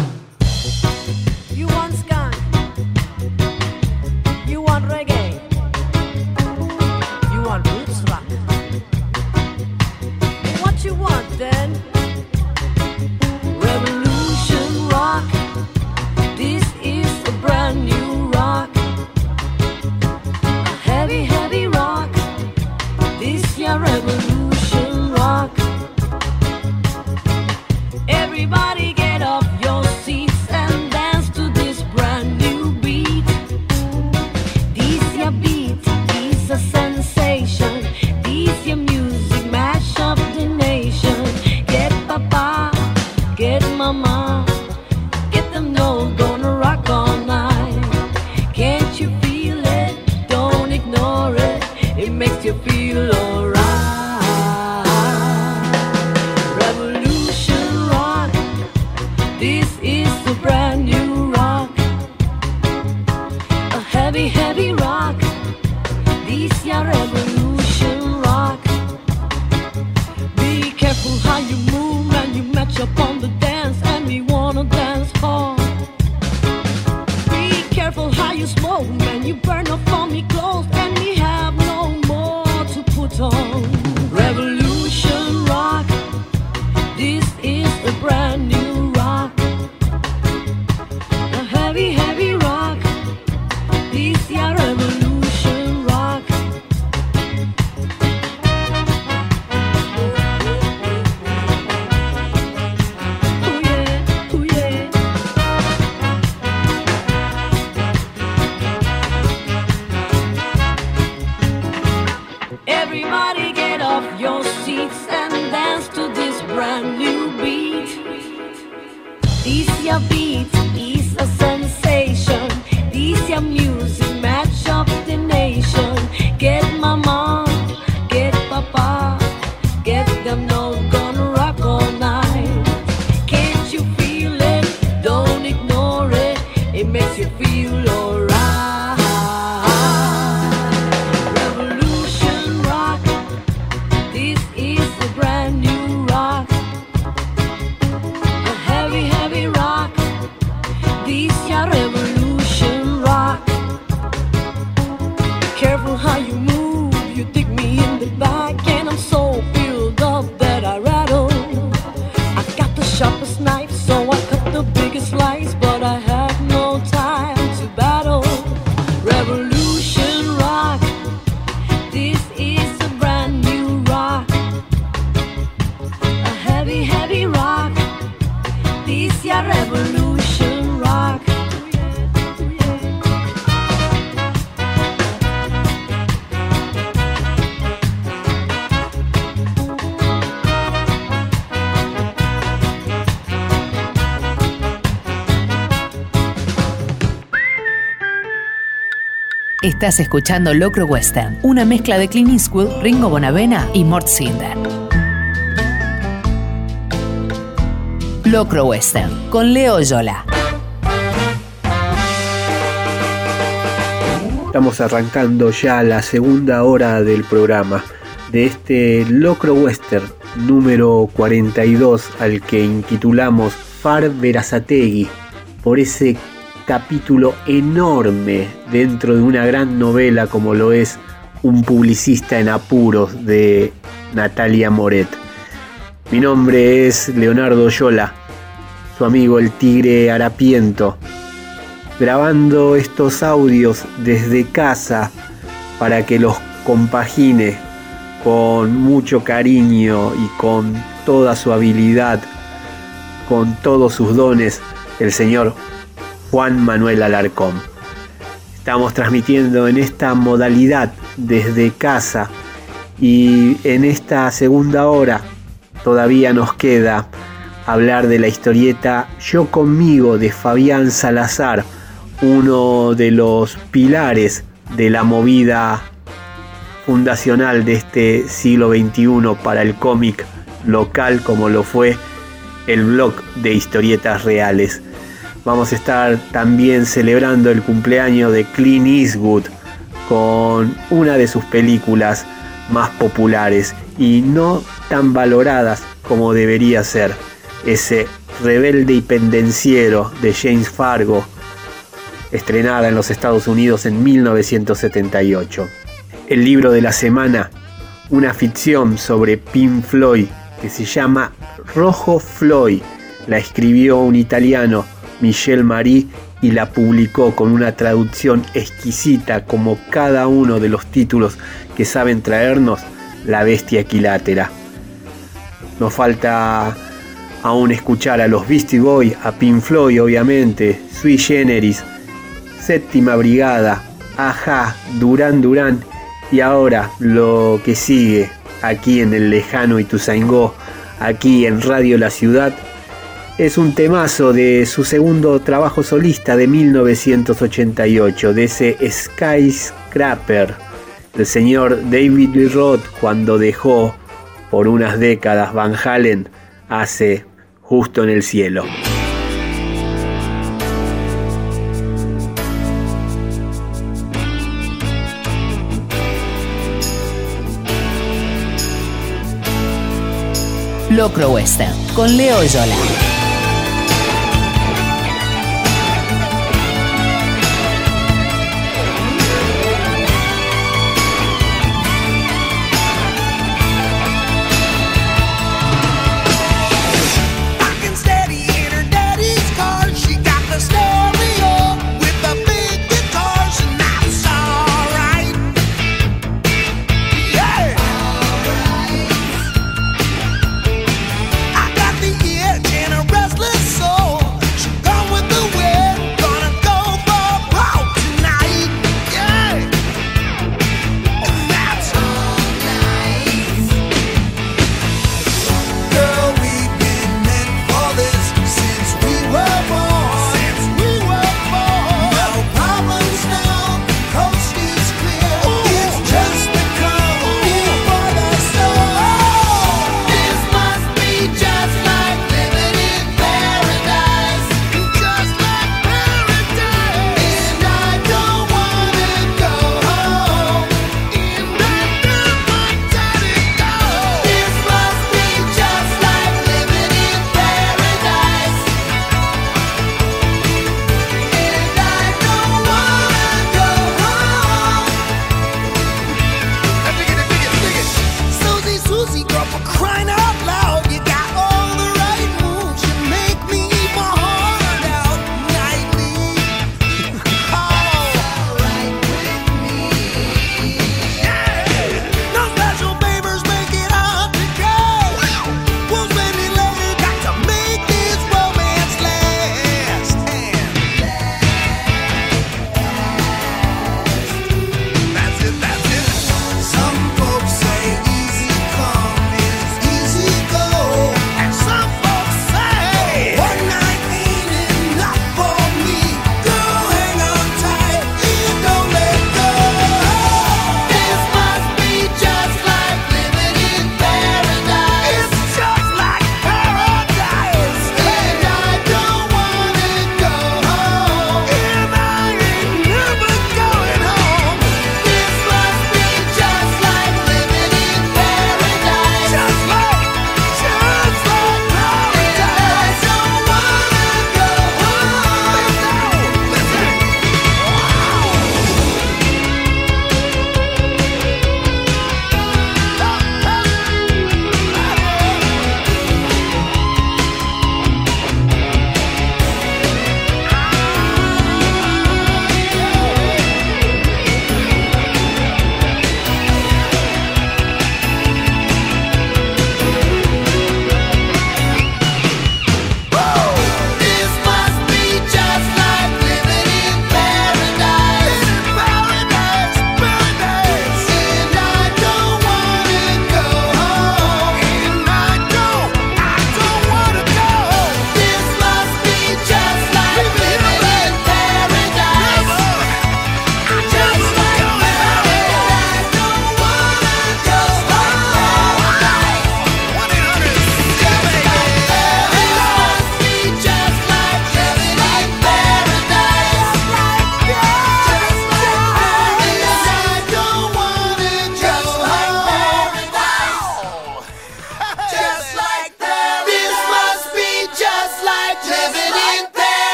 You want ska? You want reggae? You want roots rock? What you want then? Revolution rock. This is a brand new rock. A heavy, heavy rock. This your revolution rock. Everybody get off your seats and dance to this brand new beat. This your beat is a sensation. This your music mash up the nation. Get papa, get mama, get them know gonna rock all night. Can't you feel it? Don't ignore it. It makes you feel alright. This is a brand new rock, a heavy, heavy rock. This your revolution rock. Be careful how you move and you match up on the dance and we wanna dance for. Be careful how you smoke man, you burn up on me clothes and we have no more to put on. Revolution rock. This is a brand new rock. Heavy, heavy rock. This your revolution rock. Oh yeah, oh yeah. Everybody get off your seats and dance to this brand new beat. This your beat is a sensation. This your music match up the nation. Get mama, get papa, get them know gonna rock all night. Can't you feel it? Don't ignore it. It makes you feel alright. Revolution rock. This is a brand new rock. A heavy, heavy rock. This your revolution rock. Careful how you move, you dig me in the back and I'm so filled up that I rattle. I got the sharpest knife so I cut the biggest slice, but I have no time to battle. Revolution rock. This is a brand new rock. A heavy, heavy rock. This your revolution rock. Estás escuchando Locro Western, una mezcla de Clint Eastwood, Ringo Bonavena y Mort Sinder. Locro Western, con Leo Yola. Estamos arrancando ya la segunda hora del programa de este Locro Western número cuarenta y dos, al que intitulamos Far Berazategui, por ese capítulo enorme dentro de una gran novela como lo es Un publicista en apuros de Natalia Moret. Mi nombre es Leonardo Yola, su amigo el Tigre Harapiento, grabando estos audios desde casa para que los compagine con mucho cariño y con toda su habilidad con todos sus dones, el señor Juan Manuel Alarcón. Estamos transmitiendo en esta modalidad desde casa y en esta segunda hora todavía nos queda hablar de la historieta Yo conmigo de Fabián Salazar, uno de los pilares de la movida fundacional de este siglo veintiuno para el cómic local, como lo fue el blog de historietas reales. Vamos a estar también celebrando el cumpleaños de Clint Eastwood con una de sus películas más populares y no tan valoradas como debería ser, ese Rebelde y pendenciero de James Fargo, estrenada en los Estados Unidos en mil novecientos setenta y ocho. El libro de la semana, una ficción sobre Pink Floyd que se llama Rojo Floyd. La escribió un italiano, Michel Marie, y la publicó con una traducción exquisita, como cada uno de los títulos que saben traernos la bestia equilátera. Nos falta aún escuchar a los Beastie Boys, a Pink Floyd obviamente, Sui Generis, Séptima Brigada, Ajá, Duran Duran, y ahora lo que sigue aquí en el lejano Ituzaingó, aquí en Radio La Ciudad, es un temazo de su segundo trabajo solista de mil novecientos ochenta y ocho, de ese Skyscraper, el señor David Lee Roth, cuando dejó por unas décadas Van Halen, hace Justo en el Cielo. Locro Western con Leo Yola. Generation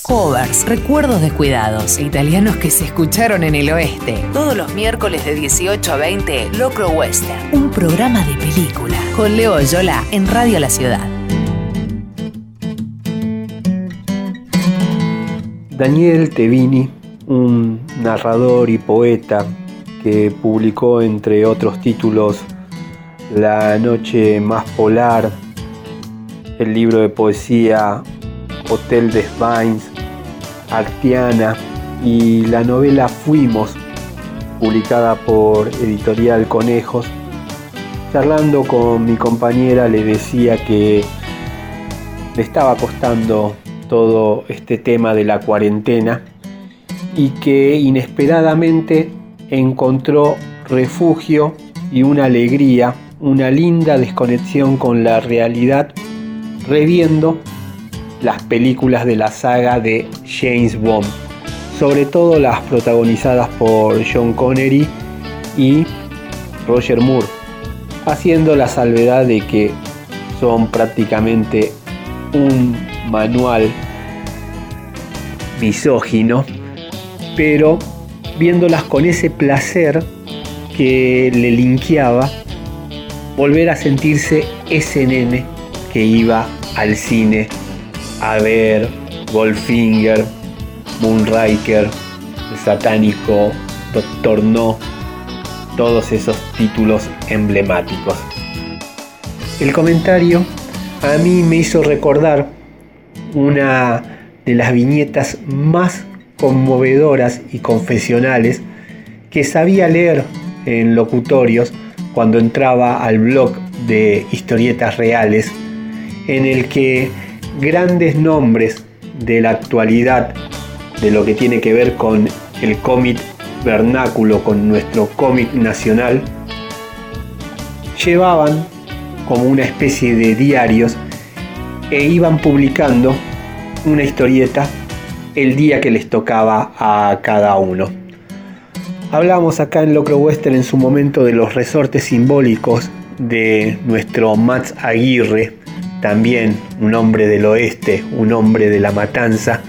Covers, recuerdos descuidados e italianos que se escucharon en el oeste. Todos los miércoles de dieciocho a veinte, Locro Western. Un programa de película. Con Leo Oyola en Radio La Ciudad. Daniel Tevini, un narrador y poeta que publicó, entre otros títulos, La noche más polar, el libro de poesía Hotel des Vins, Artiana y la novela Fuimos, publicada por Editorial Conejos. Charlando con mi compañera le decía que le estaba costando todo este tema de la cuarentena y que inesperadamente encontró refugio y una alegría, una linda desconexión con la realidad, reviendo las películas de la saga de James Bond, sobre todo las protagonizadas por Sean Connery y Roger Moore, haciendo la salvedad de que son prácticamente un manual misógino, pero viéndolas con ese placer que le linkeaba volver a sentirse ese nene que iba al cine a ver Goldfinger, Moonraker, el satánico Doctor No, todos esos títulos emblemáticos. El comentario a mí me hizo recordar una de las viñetas más conmovedoras y confesionales que sabía leer en locutorios cuando entraba al blog de Historietas Reales, en el que grandes nombres de la actualidad, de lo que tiene que ver con el cómic vernáculo, con nuestro cómic nacional, llevaban como una especie de diarios e iban publicando una historieta el día que les tocaba a cada uno. Hablamos acá en Locro Western en su momento de los resortes simbólicos de nuestro Max Aguirre, también un hombre del oeste, un hombre de la matanza,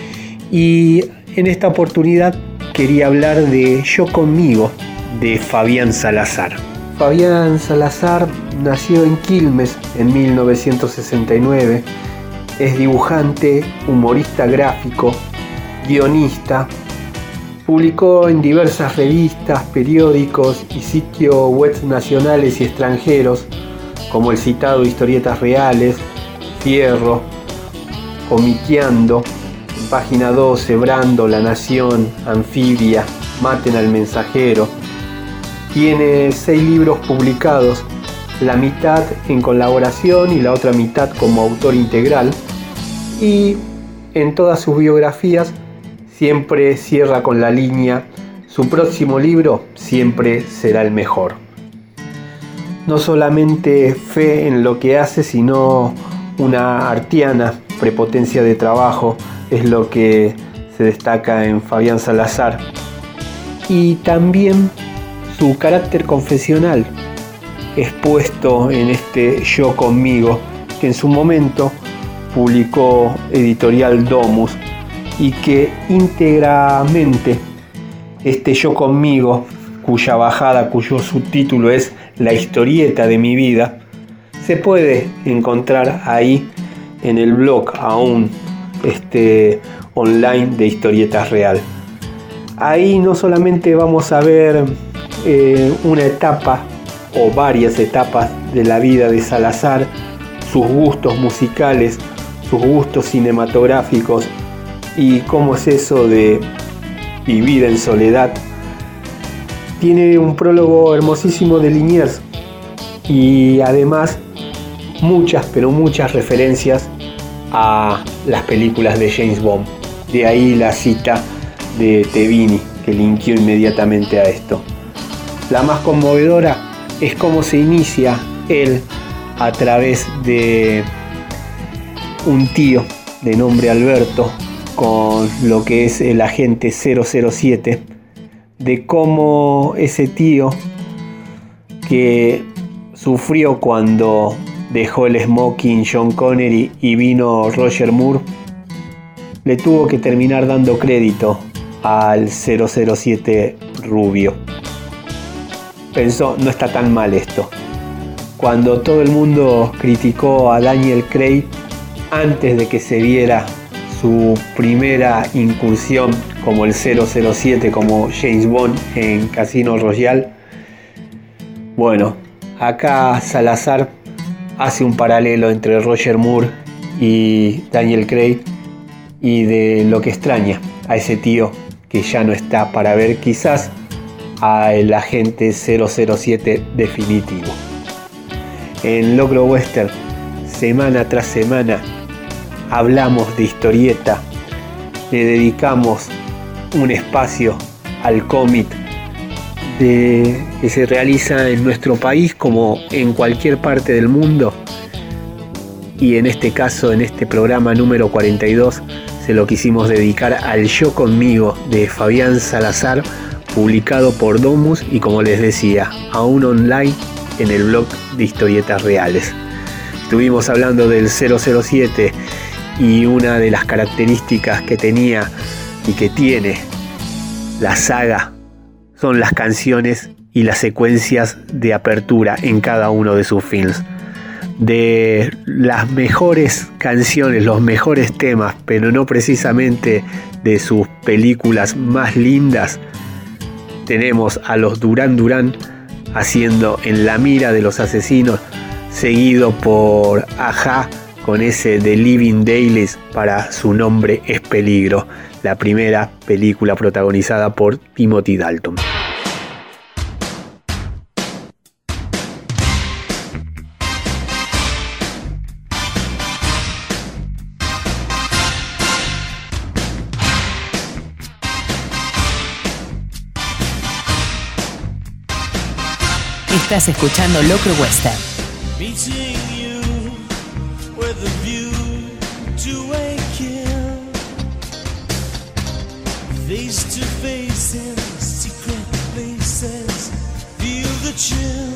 y en esta oportunidad quería hablar de Yo Conmigo, de Fabián Salazar. Fabián Salazar nació en Quilmes en mil novecientos sesenta y nueve, es dibujante, humorista gráfico, guionista, publicó en diversas revistas, periódicos y sitios web nacionales y extranjeros, como el citado Historietas Reales, Fierro, Comiqueando, Página doce, Brando, La Nación, Anfibia, Maten al Mensajero. Tiene seis libros publicados, la mitad en colaboración y la otra mitad como autor integral, y en todas sus biografías siempre cierra con la línea: su próximo libro siempre será el mejor. No solamente fe en lo que hace, sino una artiana prepotencia de trabajo es lo que se destaca en Fabián Salazar. Y también su carácter confesional expuesto en este Yo Conmigo, que en su momento publicó Editorial Domus, y que íntegramente este Yo Conmigo, cuya bajada, cuyo subtítulo es La historieta de mi vida, se puede encontrar ahí en el blog aún este, online de Historietas Real. Ahí no solamente vamos a ver eh, una etapa o varias etapas de la vida de Salazar, sus gustos musicales, sus gustos cinematográficos y cómo es eso de vivir en soledad. Tiene un prólogo hermosísimo de Liniers y además muchas, pero muchas referencias a las películas de James Bond. De ahí la cita de Tevini, que linkeó inmediatamente a esto. La más conmovedora es cómo se inicia él a través de un tío de nombre Alberto con lo que es el agente cero cero siete, de cómo ese tío que sufrió cuando dejó el smoking Sean Connery y vino Roger Moore, le tuvo que terminar dando crédito al cero cero siete rubio. Pensó, no está tan mal esto. Cuando todo el mundo criticó a Daniel Craig antes de que se viera su primera incursión como el cero cero siete, como James Bond en Casino Royale, bueno, acá Salazar hace un paralelo entre Roger Moore y Daniel Craig y de lo que extraña a ese tío que ya no está para ver quizás al agente cero cero siete definitivo. En Locro Western, semana tras semana, hablamos de historieta, le dedicamos un espacio al cómic de, que se realiza en nuestro país como en cualquier parte del mundo, y en este caso, en este programa número cuarenta y dos, se lo quisimos dedicar al Yo Conmigo de Fabián Salazar, publicado por Domus y, como les decía, aún online en el blog de Historietas Reales. Estuvimos hablando del cero cero siete y una de las características que tenía y que tiene la saga son las canciones y las secuencias de apertura en cada uno de sus films. De las mejores canciones, los mejores temas, pero no precisamente de sus películas más lindas, tenemos a los Duran Duran haciendo En la mira de los asesinos, seguido por A-ha con ese The Living Daylights para Su nombre es peligro, la primera película protagonizada por Timothy Dalton. Estás escuchando Locro Western. Meeting you with a view to a kill, face to face in secret places, feel the chill.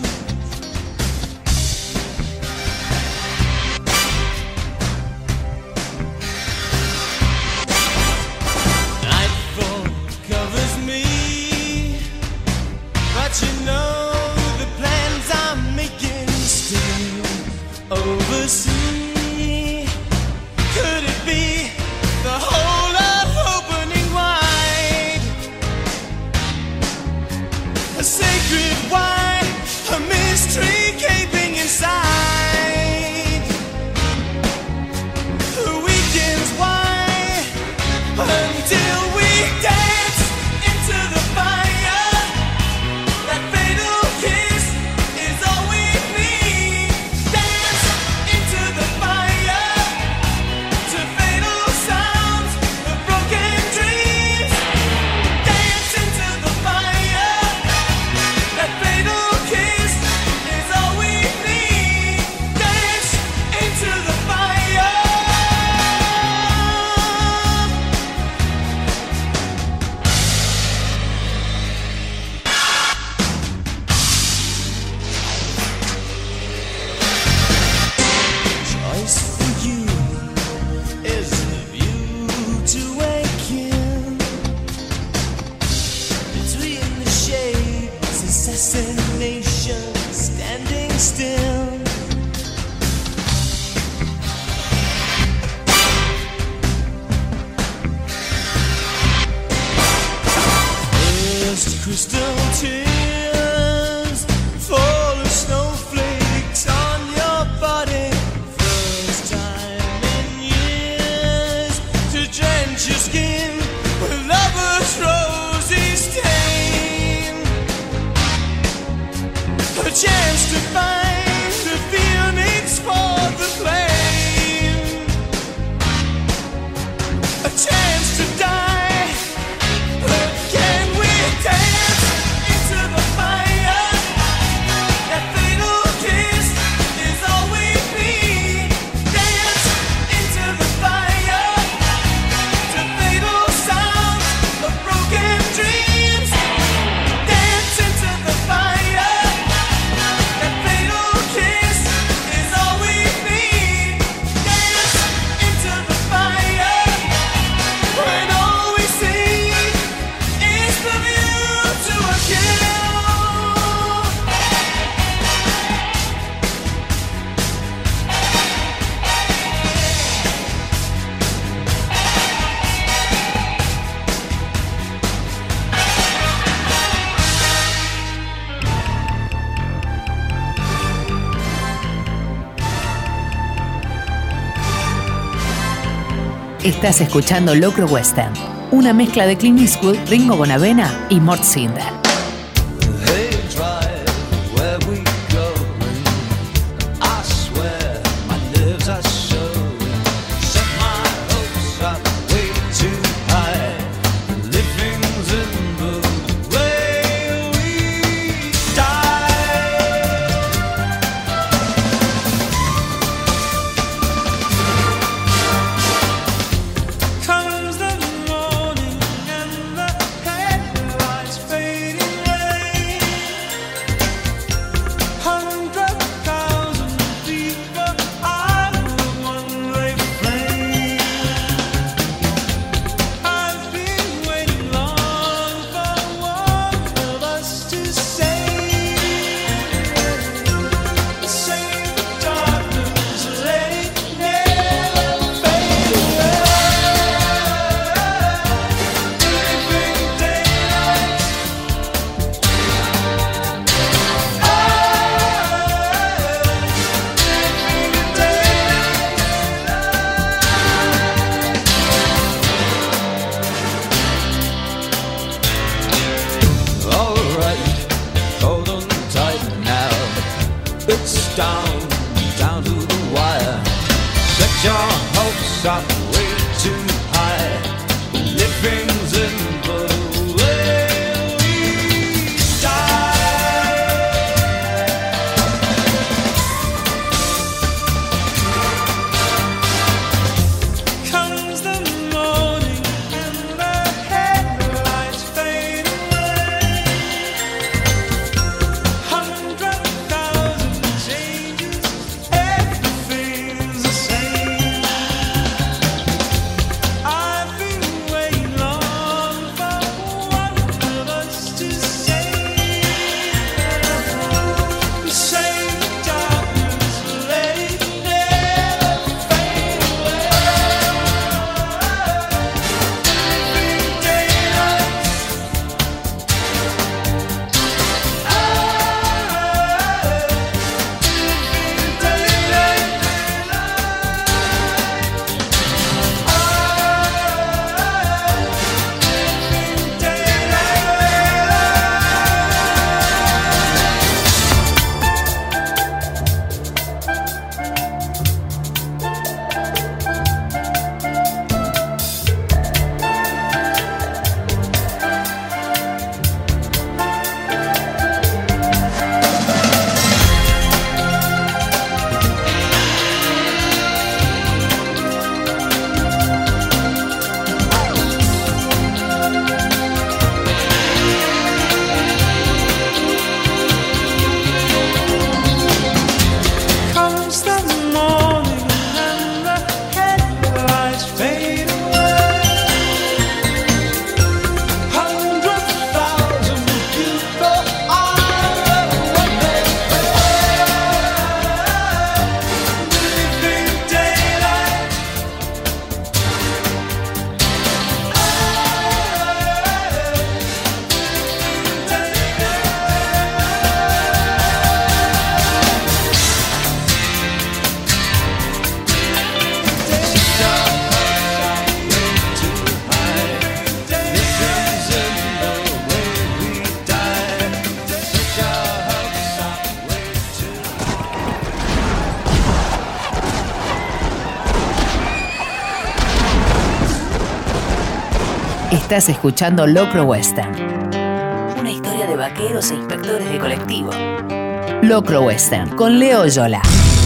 Nightfall covers me, but you know oversee. Could it be the whole love opening wide? A sacred wine, a mystery gaping inside. The weekend's wide until we dance into the fire. That fatal kiss is all we need. Dance into the fire to fatal sounds of broken dreams. Dance into the fire. That fatal kiss is all we need. Dance into the fire. Choice for you is the view to a kill. Between the shades, assassination standing still. First crystal tears fall as snowflakes on your body. First time in years to drench your skin with lover's rosy stain. A chance to find the phoenix for the flame. A chance to die, but can we dance into Estás escuchando Locro Western, una mezcla de Clint Eastwood, Ringo Bonavena y Mort Sinder. Estás escuchando Locro Western, una historia de vaqueros e inspectores de colectivo. Locro Western, con Leo Yola.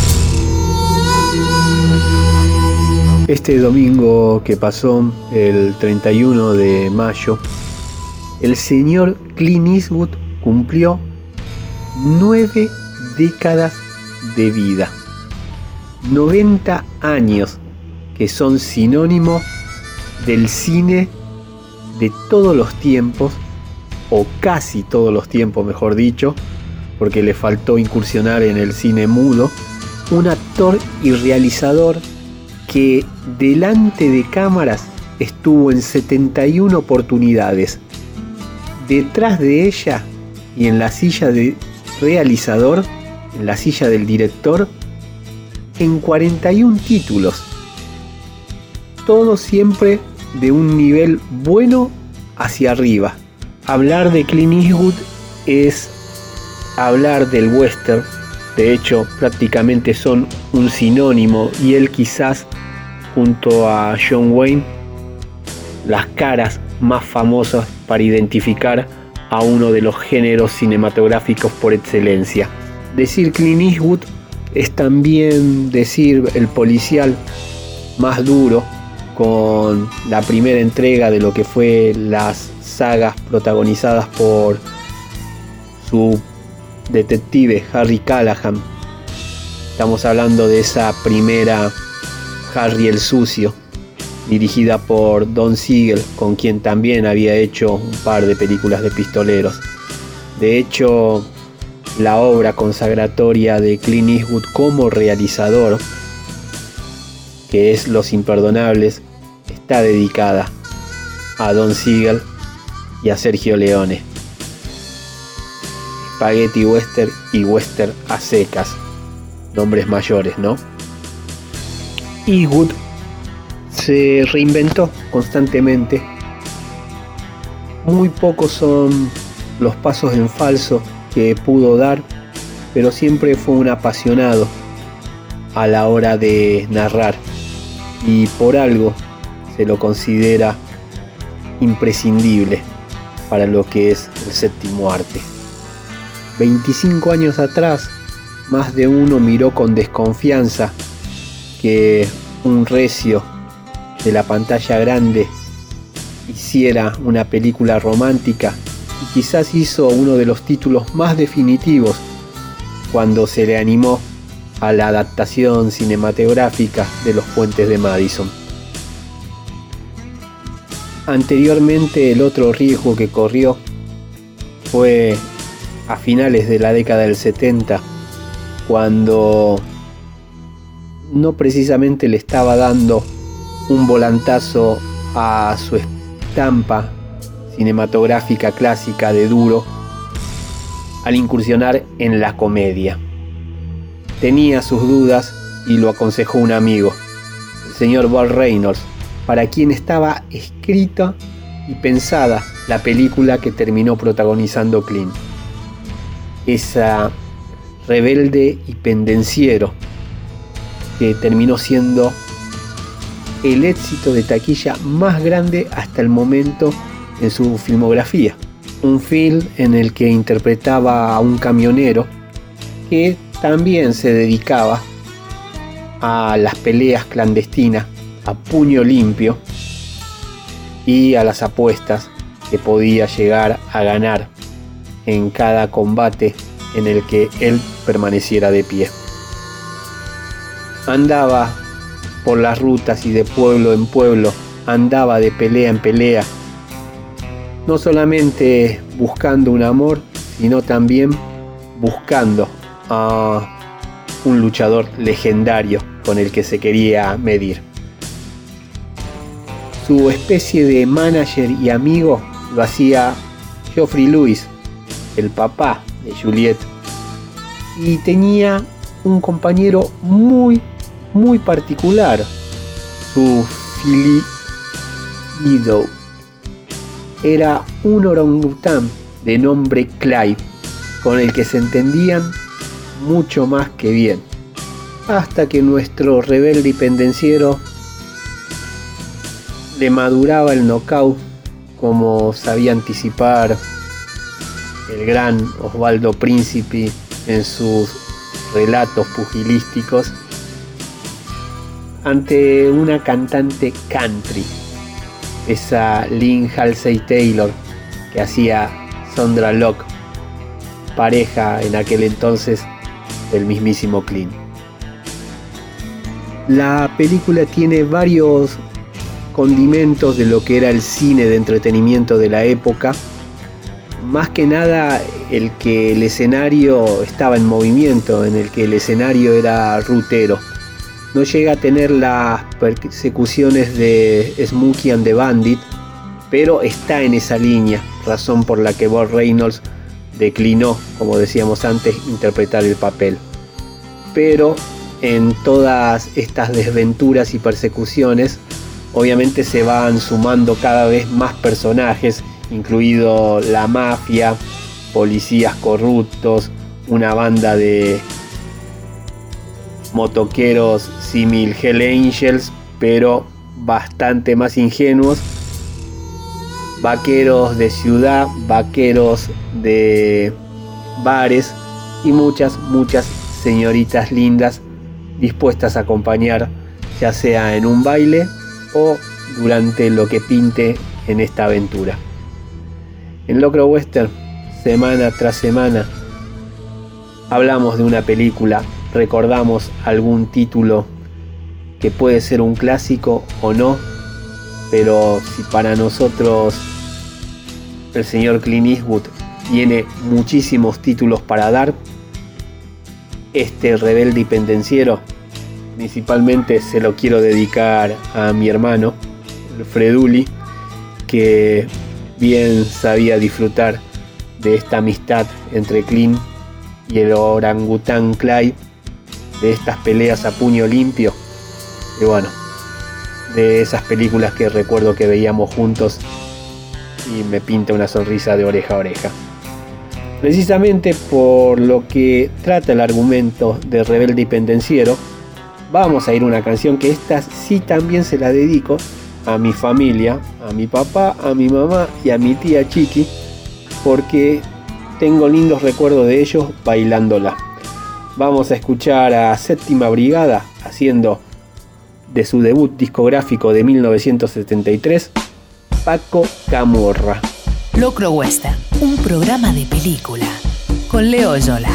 Este domingo que pasó, el treinta y uno de mayo, el señor Clint Eastwood cumplió nueve décadas de vida. noventa años que son sinónimo del cine de todos los tiempos, o casi todos los tiempos mejor dicho, porque le faltó incursionar en el cine mudo. Un actor y realizador que delante de cámaras estuvo en setenta y una oportunidades, detrás de ella y en la silla de realizador, en la silla del director, en cuarenta y un títulos. todo siempre de un nivel bueno hacia arriba. Hablar de Clint Eastwood es hablar del western. De hecho, prácticamente son un sinónimo, y él quizás, junto a John Wayne, las caras más famosas para identificar a uno de los géneros cinematográficos por excelencia. Decir Clint Eastwood es también decir el policial más duro, con la primera entrega de lo que fue las sagas protagonizadas por su detective Harry Callahan. Estamos hablando de esa primera Harry el Sucio, dirigida por Don Siegel, con quien también había hecho un par de películas de pistoleros. De hecho, la obra consagratoria de Clint Eastwood como realizador, que es Los Imperdonables, está dedicada a Don Siegel y a Sergio Leone. Spaghetti western y western a secas, nombres mayores, ¿no? Eastwood se reinventó constantemente. Muy pocos son los pasos en falso que pudo dar, pero siempre fue un apasionado a la hora de narrar, y por algo se lo considera imprescindible para lo que es el séptimo arte. veinticinco años atrás, más de uno miró con desconfianza que un recio de la pantalla grande hiciera una película romántica, y quizás hizo uno de los títulos más definitivos cuando se le animó a la adaptación cinematográfica de Los Puentes de Madison. Anteriormente, el otro riesgo que corrió fue a finales de la década del setenta, cuando no precisamente le estaba dando un volantazo a su estampa cinematográfica clásica de duro al incursionar en la comedia. Tenía sus dudas y lo aconsejó un amigo, el señor Burt Reynolds, para quien estaba escrita y pensada la película que terminó protagonizando Clint. Esa rebelde y pendenciero que terminó siendo el éxito de taquilla más grande hasta el momento en su filmografía. Un film en el que interpretaba a un camionero que también se dedicaba a las peleas clandestinas a puño limpio y a las apuestas que podía llegar a ganar en cada combate en el que él permaneciera de pie. Andaba por las rutas y de pueblo en pueblo, andaba de pelea en pelea, no solamente buscando un amor, sino también buscando a un luchador legendario con el que se quería medir. Su especie de manager y amigo lo hacía Geoffrey Lewis, el papá de Juliet, y tenía un compañero muy muy particular, su Philly Meadow. Era un orangután de nombre Clive, con el que se entendían mucho más que bien, hasta que nuestro rebelde y pendenciero le maduraba el knockout, como sabía anticipar el gran Osvaldo Príncipe en sus relatos pugilísticos, ante una cantante country, esa Lynn Halsey Taylor que hacía Sondra Locke, pareja en aquel entonces del mismísimo Clint. La película tiene varios condimentos de lo que era el cine de entretenimiento de la época, más que nada el que el escenario estaba en movimiento, en el que el escenario era rutero. No llega a tener las persecuciones de Smokey and the Bandit, pero está en esa línea, razón por la que Burt Reynolds declinó, como decíamos antes, interpretar el papel. Pero en todas estas desventuras y persecuciones obviamente se van sumando cada vez más personajes, incluido la mafia, policías corruptos, una banda de motoqueros símil Hell Angels, pero bastante más ingenuos, vaqueros de ciudad, vaqueros de bares y muchas, muchas señoritas lindas dispuestas a acompañar, ya sea en un baile o durante lo que pinte en esta aventura. En Locro Western, semana tras semana, hablamos de una película, recordamos algún título que puede ser un clásico o no, pero si para nosotros el señor Clint Eastwood tiene muchísimos títulos para dar, este Rebelde y Pendenciero principalmente se lo quiero dedicar a mi hermano Freduli, que bien sabía disfrutar de esta amistad entre Clint y el orangután Clyde, de estas peleas a puño limpio, y bueno, de esas películas que recuerdo que veíamos juntos y me pinta una sonrisa de oreja a oreja. Precisamente por lo que trata el argumento de Rebelde y Pendenciero, vamos a ir a una canción que esta sí también se la dedico a mi familia, a mi papá, a mi mamá y a mi tía Chiqui, porque tengo lindos recuerdos de ellos bailándola. Vamos a escuchar a Séptima Brigada haciendo de su debut discográfico de mil novecientos setenta y tres, Paco Camorra. Locro Western, un programa de película con Leo Yola.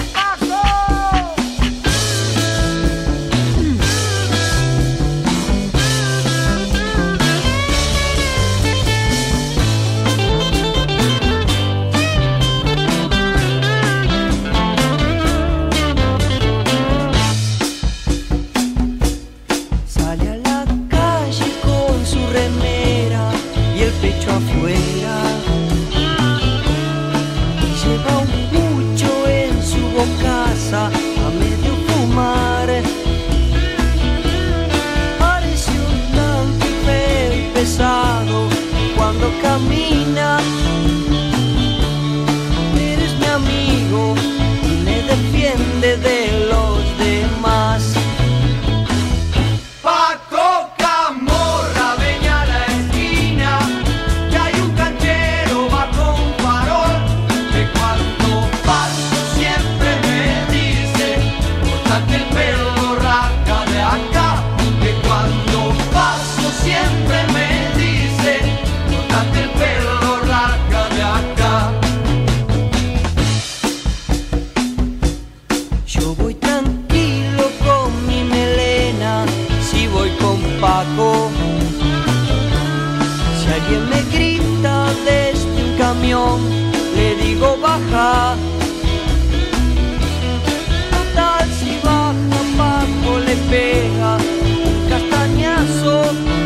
Camina, eres mi amigo y me defiende de los demás. Paco Camorra, venía a la esquina, que hay un canchero va con farol, que cuando paso siempre me dice, cortate el pelo, raca de acá, que cuando paso siempre me dice, el pelo larga de acá. Yo voy tranquilo con mi melena, si voy con Paco. Si alguien me grita desde un camión, le digo baja. Total, si baja Paco le pega un castañazo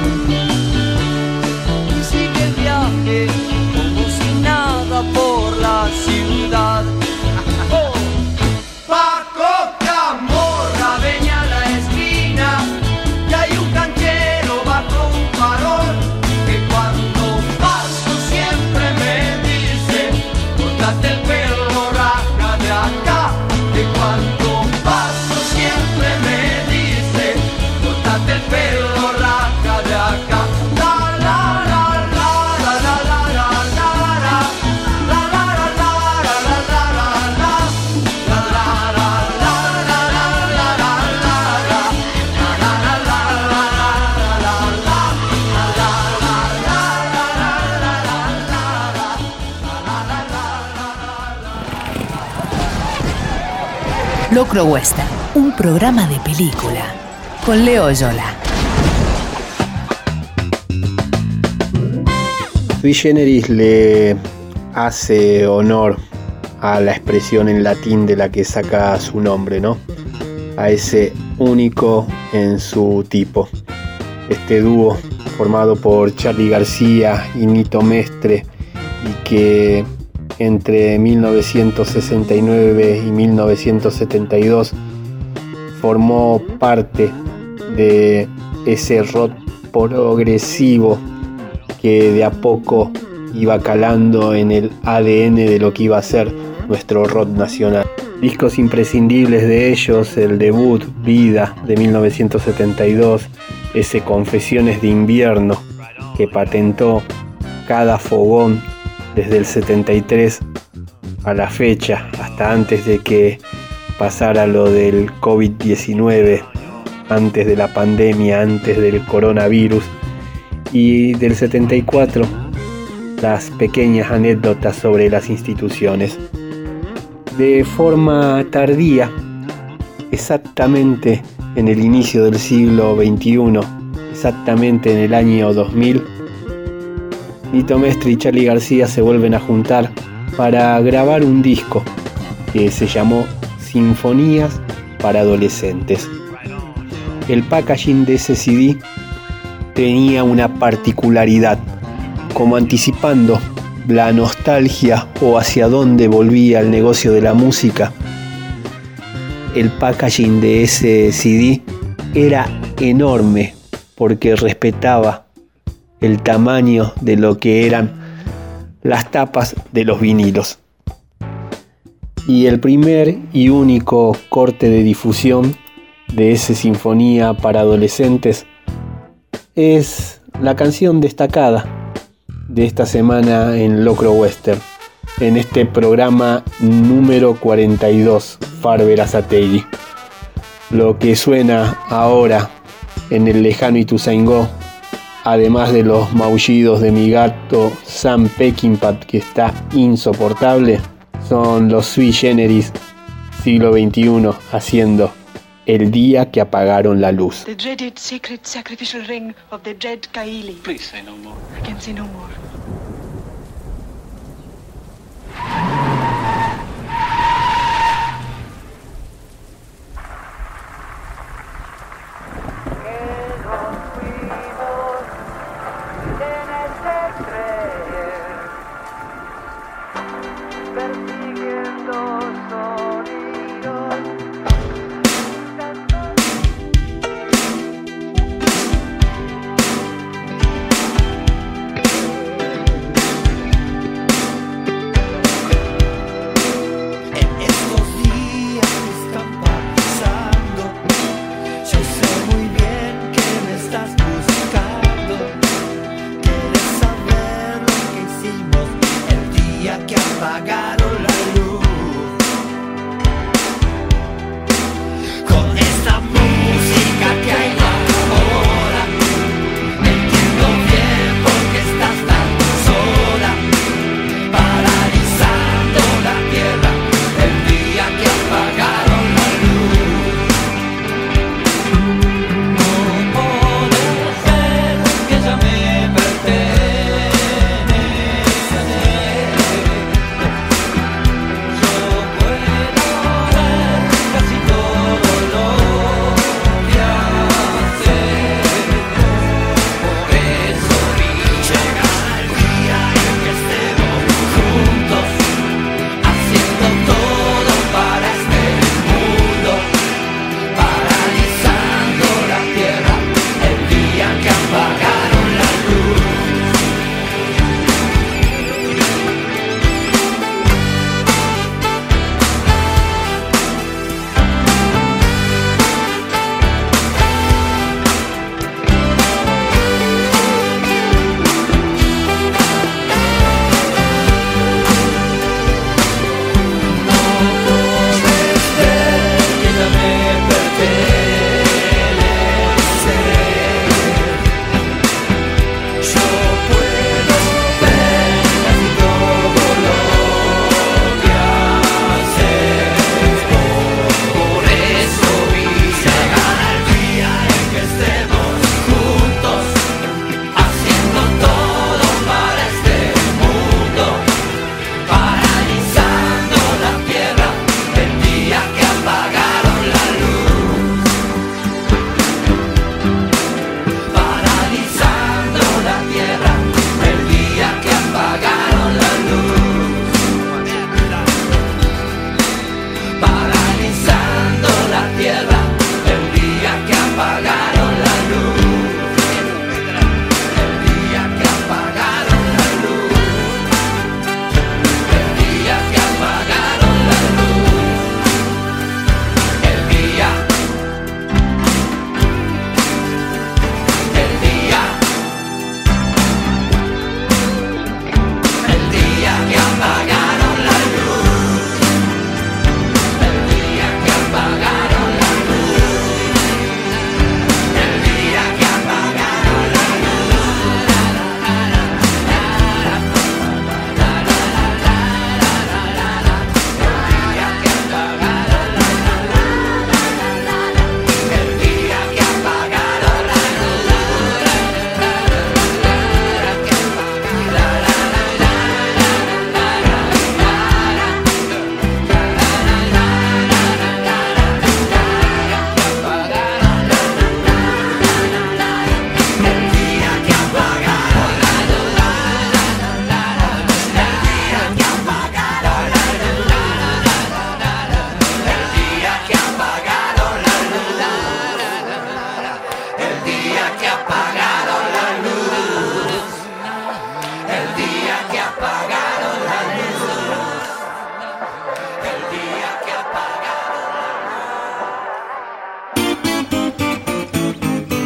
como si nada por la ciudad. Oh. Paco Camorra, venía a la esquina, y hay un canchero va con farol, que cuando paso siempre me dice, cortate el pelo, raja de acá, que cuando paso siempre me dice, cortate el pelo, raja de acá. La, la, la. Locro Western, un programa de película con Leo Yola. Sui Generis le hace honor a la expresión en latín de la que saca su nombre, ¿no? A ese único en su tipo. Este dúo formado por Charly García y Nito Mestre, y que entre mil novecientos sesenta y nueve y mil novecientos setenta y dos formó parte de ese rock progresivo que de a poco iba calando en el A D N de lo que iba a ser nuestro rock nacional. Discos imprescindibles de ellos, el debut Vida de mil novecientos setenta y dos, ese Confesiones de Invierno que patentó cada fogón desde el setenta y tres a la fecha, hasta antes de que pasara lo del covid diecinueve, antes de la pandemia, antes del coronavirus, y del setenta y cuatro las pequeñas anécdotas sobre las instituciones. De forma tardía, exactamente en el inicio del siglo veintiuno, exactamente en el año dos mil, Nito Mestre y Charly García se vuelven a juntar para grabar un disco que se llamó Sinfonías para Adolescentes. El packaging de ese C D tenía una particularidad, como anticipando la nostalgia o hacia dónde volvía el negocio de la música. El packaging de ese C D era enorme porque respetaba el tamaño de lo que eran las tapas de los vinilos. Y el primer y único corte de difusión de esa Sinfonía para Adolescentes es la canción destacada de esta semana en Locro Western, en este programa número cuarenta y dos, Far Berazategui. Lo que suena ahora en el lejano Ituzaingó, además de los maullidos de mi gato Sam Peckinpah, que está insoportable, son los Sui Generis siglo veintiuno haciendo El día que apagaron la luz. The dreaded sacred sacrificial ring of the dread Kaili. Please say no more. I can say no more.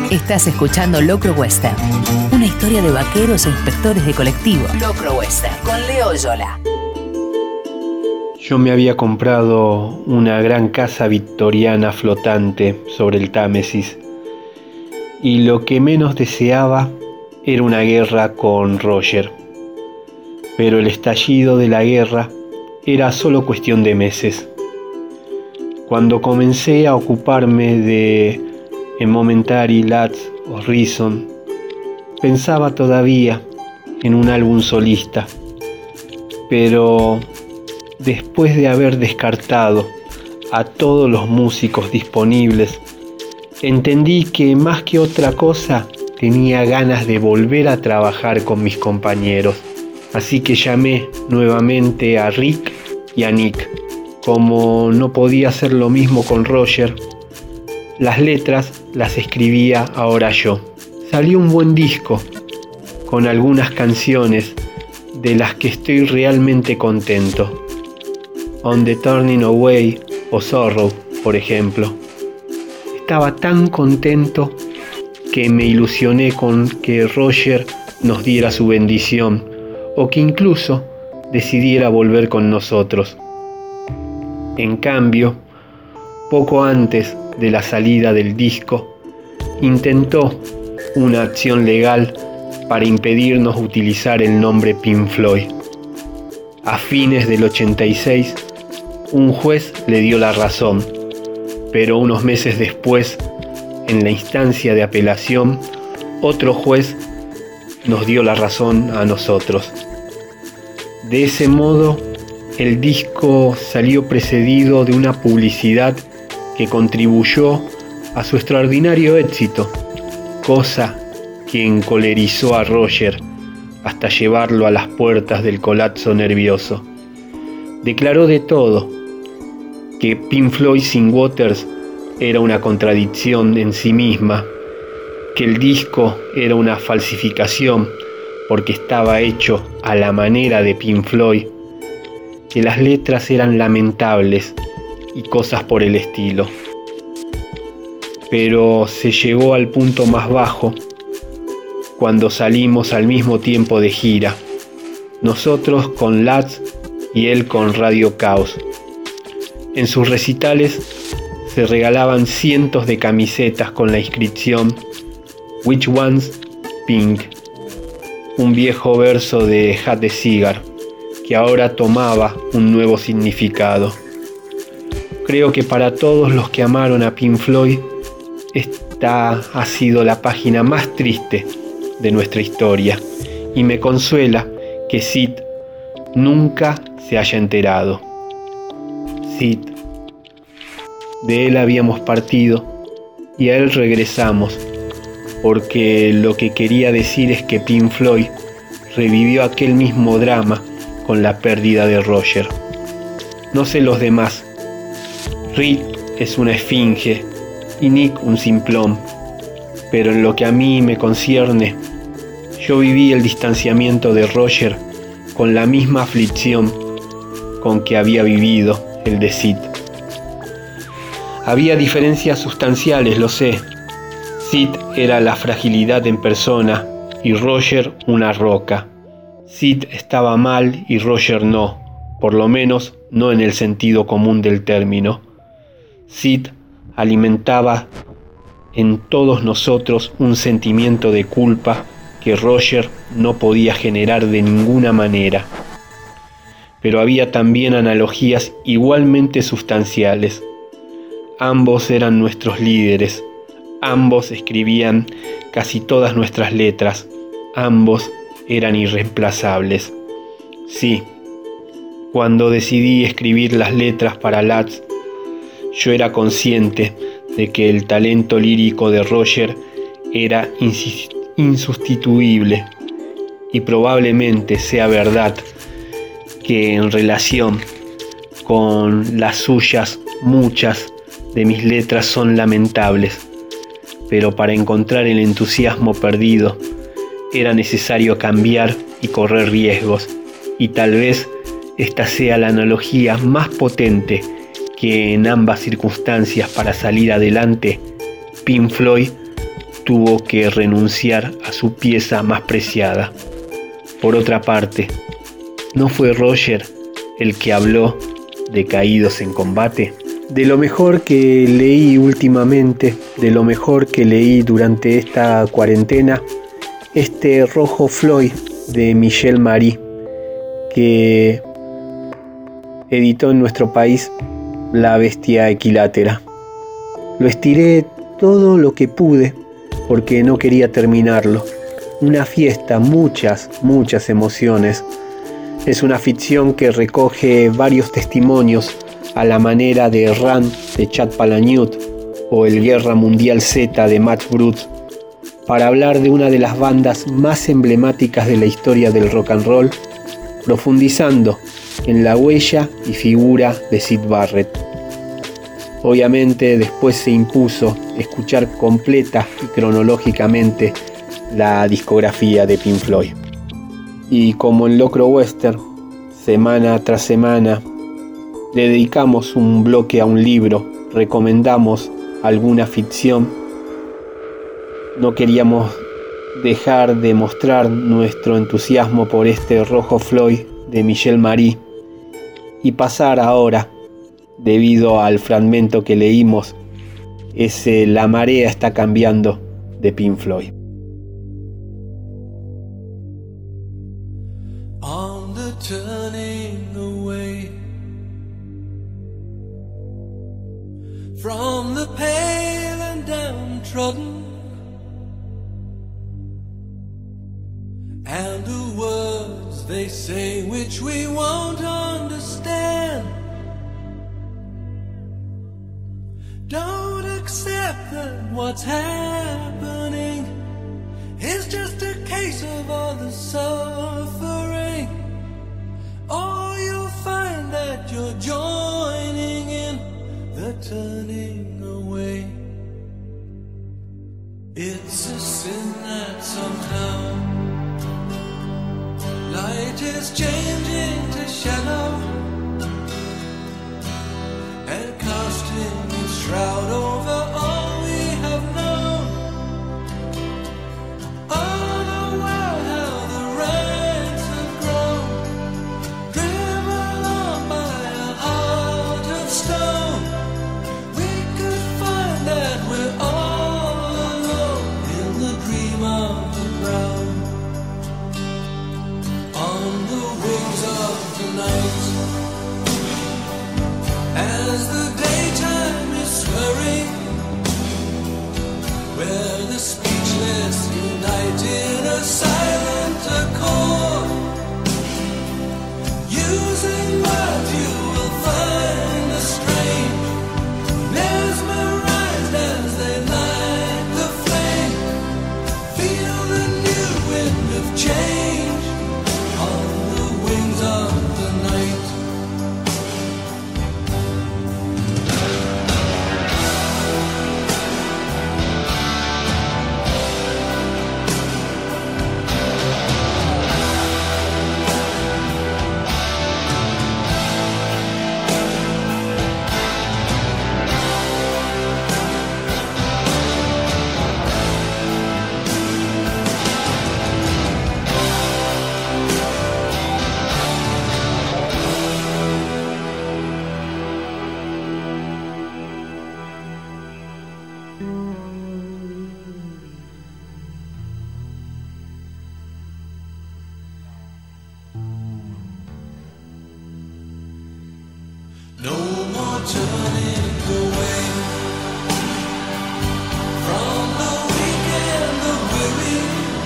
Estás escuchando Locro Western, una historia de vaqueros e inspectores de colectivo. Locro Western, con Leo Yola. Yo me había comprado una gran casa victoriana flotante sobre el Támesis, y lo que menos deseaba era una guerra con Roger. Pero el estallido de la guerra era solo cuestión de meses. Cuando comencé a ocuparme de A Momentary Lapse of Reason, pensaba todavía en un álbum solista, pero después de haber descartado a todos los músicos disponibles, entendí que más que otra cosa tenía ganas de volver a trabajar con mis compañeros. Así que llamé nuevamente a Rick y a Nick. Como no podía hacer lo mismo con Roger, las letras las escribía ahora yo. Salió un buen disco con algunas canciones de las que estoy realmente contento. On the Turning Away o Sorrow, por ejemplo. Estaba tan contento que me ilusioné con que Roger nos diera su bendición, o que incluso decidiera volver con nosotros. En cambio, poco antes de la salida del disco, intentó una acción legal para impedirnos utilizar el nombre Pink Floyd. A fines del ochenta y seis, un juez le dio la razón, pero unos meses después, en la instancia de apelación, otro juez nos dio la razón a nosotros. De ese modo, el disco salió precedido de una publicidad que contribuyó a su extraordinario éxito, cosa que encolerizó a Roger hasta llevarlo a las puertas del colapso nervioso. Declaró de todo, que Pink Floyd sin Waters era una contradicción en sí misma, que el disco era una falsificación porque estaba hecho a la manera de Pink Floyd, que las letras eran lamentables y cosas por el estilo. Pero se llegó al punto más bajo cuando salimos al mismo tiempo de gira, nosotros con Lads y él con Radio Caos. En sus recitales se regalaban cientos de camisetas con la inscripción Which One's Pink, un viejo verso de Hat the Cigar que ahora tomaba un nuevo significado. Creo que para todos los que amaron a Pink Floyd, esta ha sido la página más triste de nuestra historia, y me consuela que Sid nunca se haya enterado. Sid, de él habíamos partido y a él regresamos, porque lo que quería decir es que Pink Floyd revivió aquel mismo drama con la pérdida de Roger. No sé los demás. Rick es una esfinge y Nick un simplón, pero en lo que a mí me concierne, yo viví el distanciamiento de Roger con la misma aflicción con que había vivido el de Sid. Había diferencias sustanciales, lo sé. Sid era la fragilidad en persona y Roger una roca. Sid estaba mal y Roger no, por lo menos no en el sentido común del término. Sid alimentaba en todos nosotros un sentimiento de culpa que Roger no podía generar de ninguna manera. Pero había también analogías igualmente sustanciales. Ambos eran nuestros líderes, ambos escribían casi todas nuestras letras, ambos eran irreemplazables. Sí, cuando decidí escribir las letras para Lads, yo era consciente de que el talento lírico de Roger era insustituible, y probablemente sea verdad que en relación con las suyas muchas de mis letras son lamentables, pero para encontrar el entusiasmo perdido era necesario cambiar y correr riesgos, y tal vez esta sea la analogía más potente que en ambas circunstancias para salir adelante Pink Floyd tuvo que renunciar a su pieza más preciada. Por otra parte, ¿no fue Roger el que habló de caídos en combate? De lo mejor que leí últimamente, de lo mejor que leí durante esta cuarentena, este Rojo Floyd de Michel Marie, que editó en nuestro país La Bestia Equilátera. Lo estiré todo lo que pude porque no quería terminarlo. Una fiesta, muchas, muchas emociones. Es una ficción que recoge varios testimonios a la manera de Run de Chad Palahniuk o el Guerra Mundial Z de Max Brooks, para hablar de una de las bandas más emblemáticas de la historia del rock and roll, profundizando en la huella y figura de Syd Barrett. Obviamente después se impuso escuchar completa y cronológicamente la discografía de Pink Floyd. Y como en Locro Western, semana tras semana, le dedicamos un bloque a un libro, recomendamos alguna ficción. No queríamos dejar de mostrar nuestro entusiasmo por este Rojo Floyd de Michel Marie y pasar ahora, debido al fragmento que leímos, ese La marea está cambiando de Pink Floyd. On the turning away from the pale and downtrodden, and the words they say which we won't understand. Don't accept that what's happening is just a case of all the suffering, or you'll find that you're joining in the turning away. It's a sin that somehow light is changing to shadow and casting its shroud over all we have known. Oh, the world, how the ranks have grown, driven on by a heart of stone. We could find that we're all alone in the dream of the ground. On the wings of the night, as the daytime is swirling, where the speechless unite in a silent accord, using words you will find a strange, mesmerized as they light the flame. Feel the new wind of change on the wings of the night. No more turning away from the weak and the weary.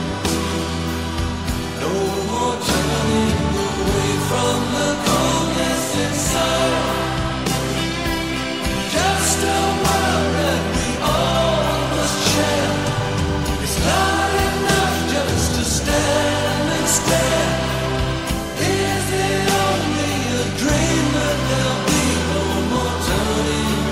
No more turning away from the coldness inside. Just a world that we all must share. It's not enough just to stand and stare. Is it only a dream that there'll be no more turning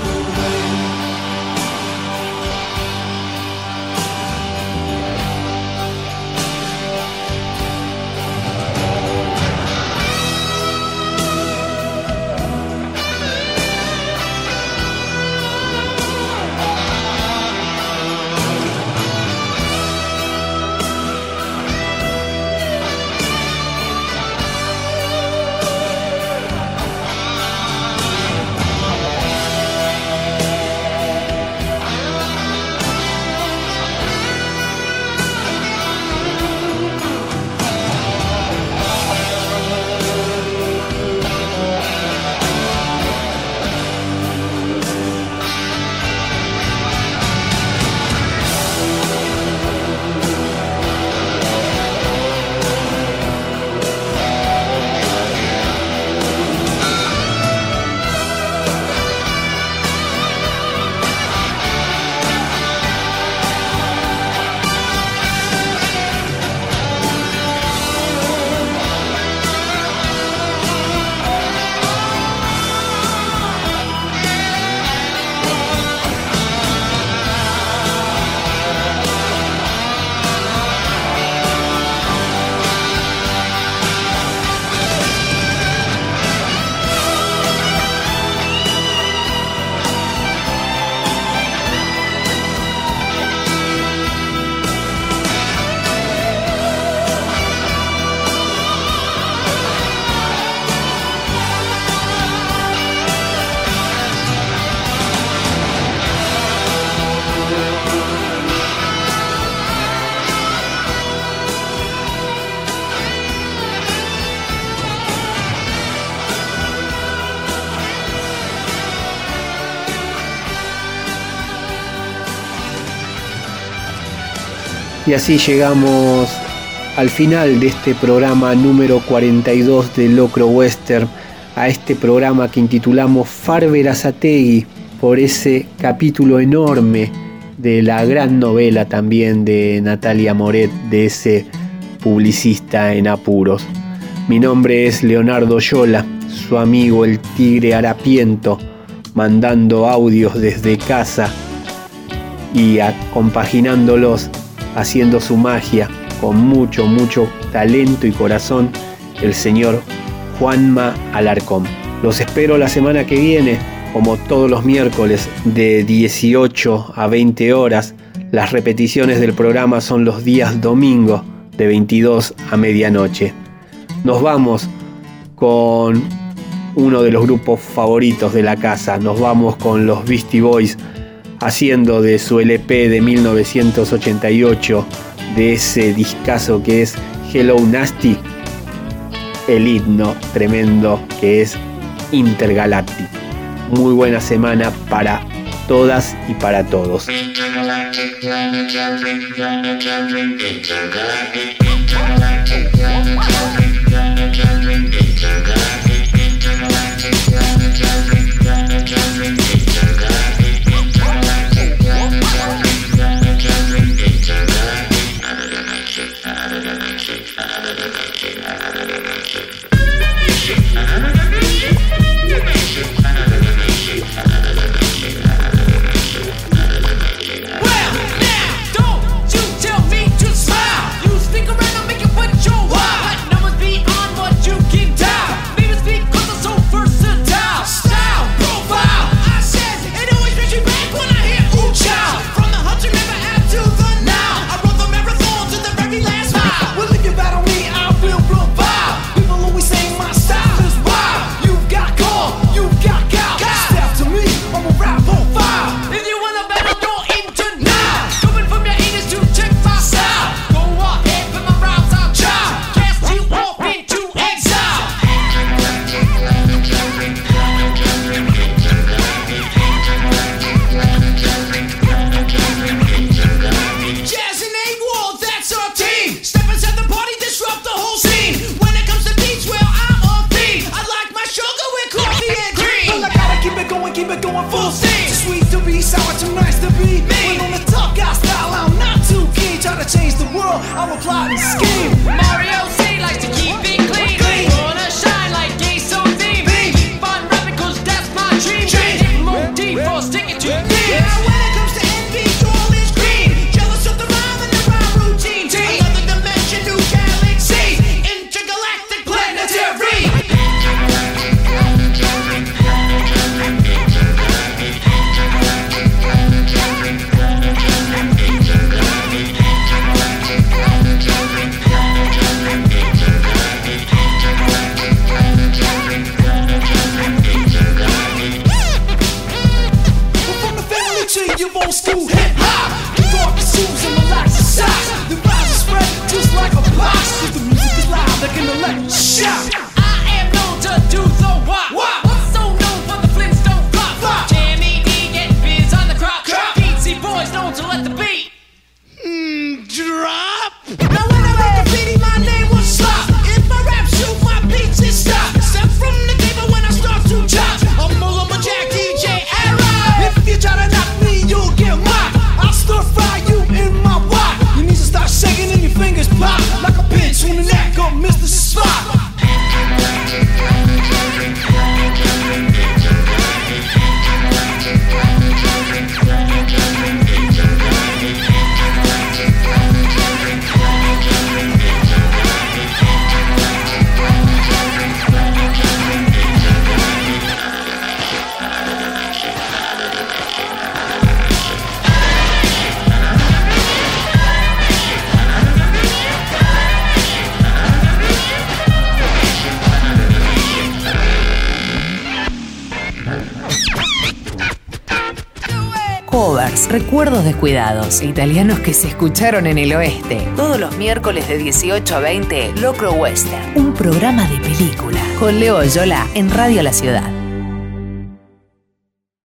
Y así llegamos al final de este programa número cuarenta y dos de Locro Western, a este programa que intitulamos Far Berazategui, por ese capítulo enorme de la gran novela también de Natalia Moret, de ese publicista en apuros. Mi nombre es Leonardo Yola, su amigo el Tigre Harapiento, mandando audios desde casa y compaginándolos, haciendo su magia con mucho, mucho talento y corazón, el señor Juanma Alarcón. Los espero la semana que viene, como todos los miércoles, de dieciocho a veinte horas. Las repeticiones del programa son los días domingo, de veintidós a medianoche. Nos vamos con uno de los grupos favoritos de la casa. Nos vamos con los Beastie Boys, haciendo de su L P de mil novecientos ochenta y ocho, de ese discazo que es Hello Nasty, el himno tremendo que es Intergalactic. Muy buena semana para todas y para todos. Covers, recuerdos descuidados, italianos que se escucharon en el oeste. Todos los miércoles de dieciocho a veinte, Locro Western, un programa de película. Con Leo Yola en Radio La Ciudad.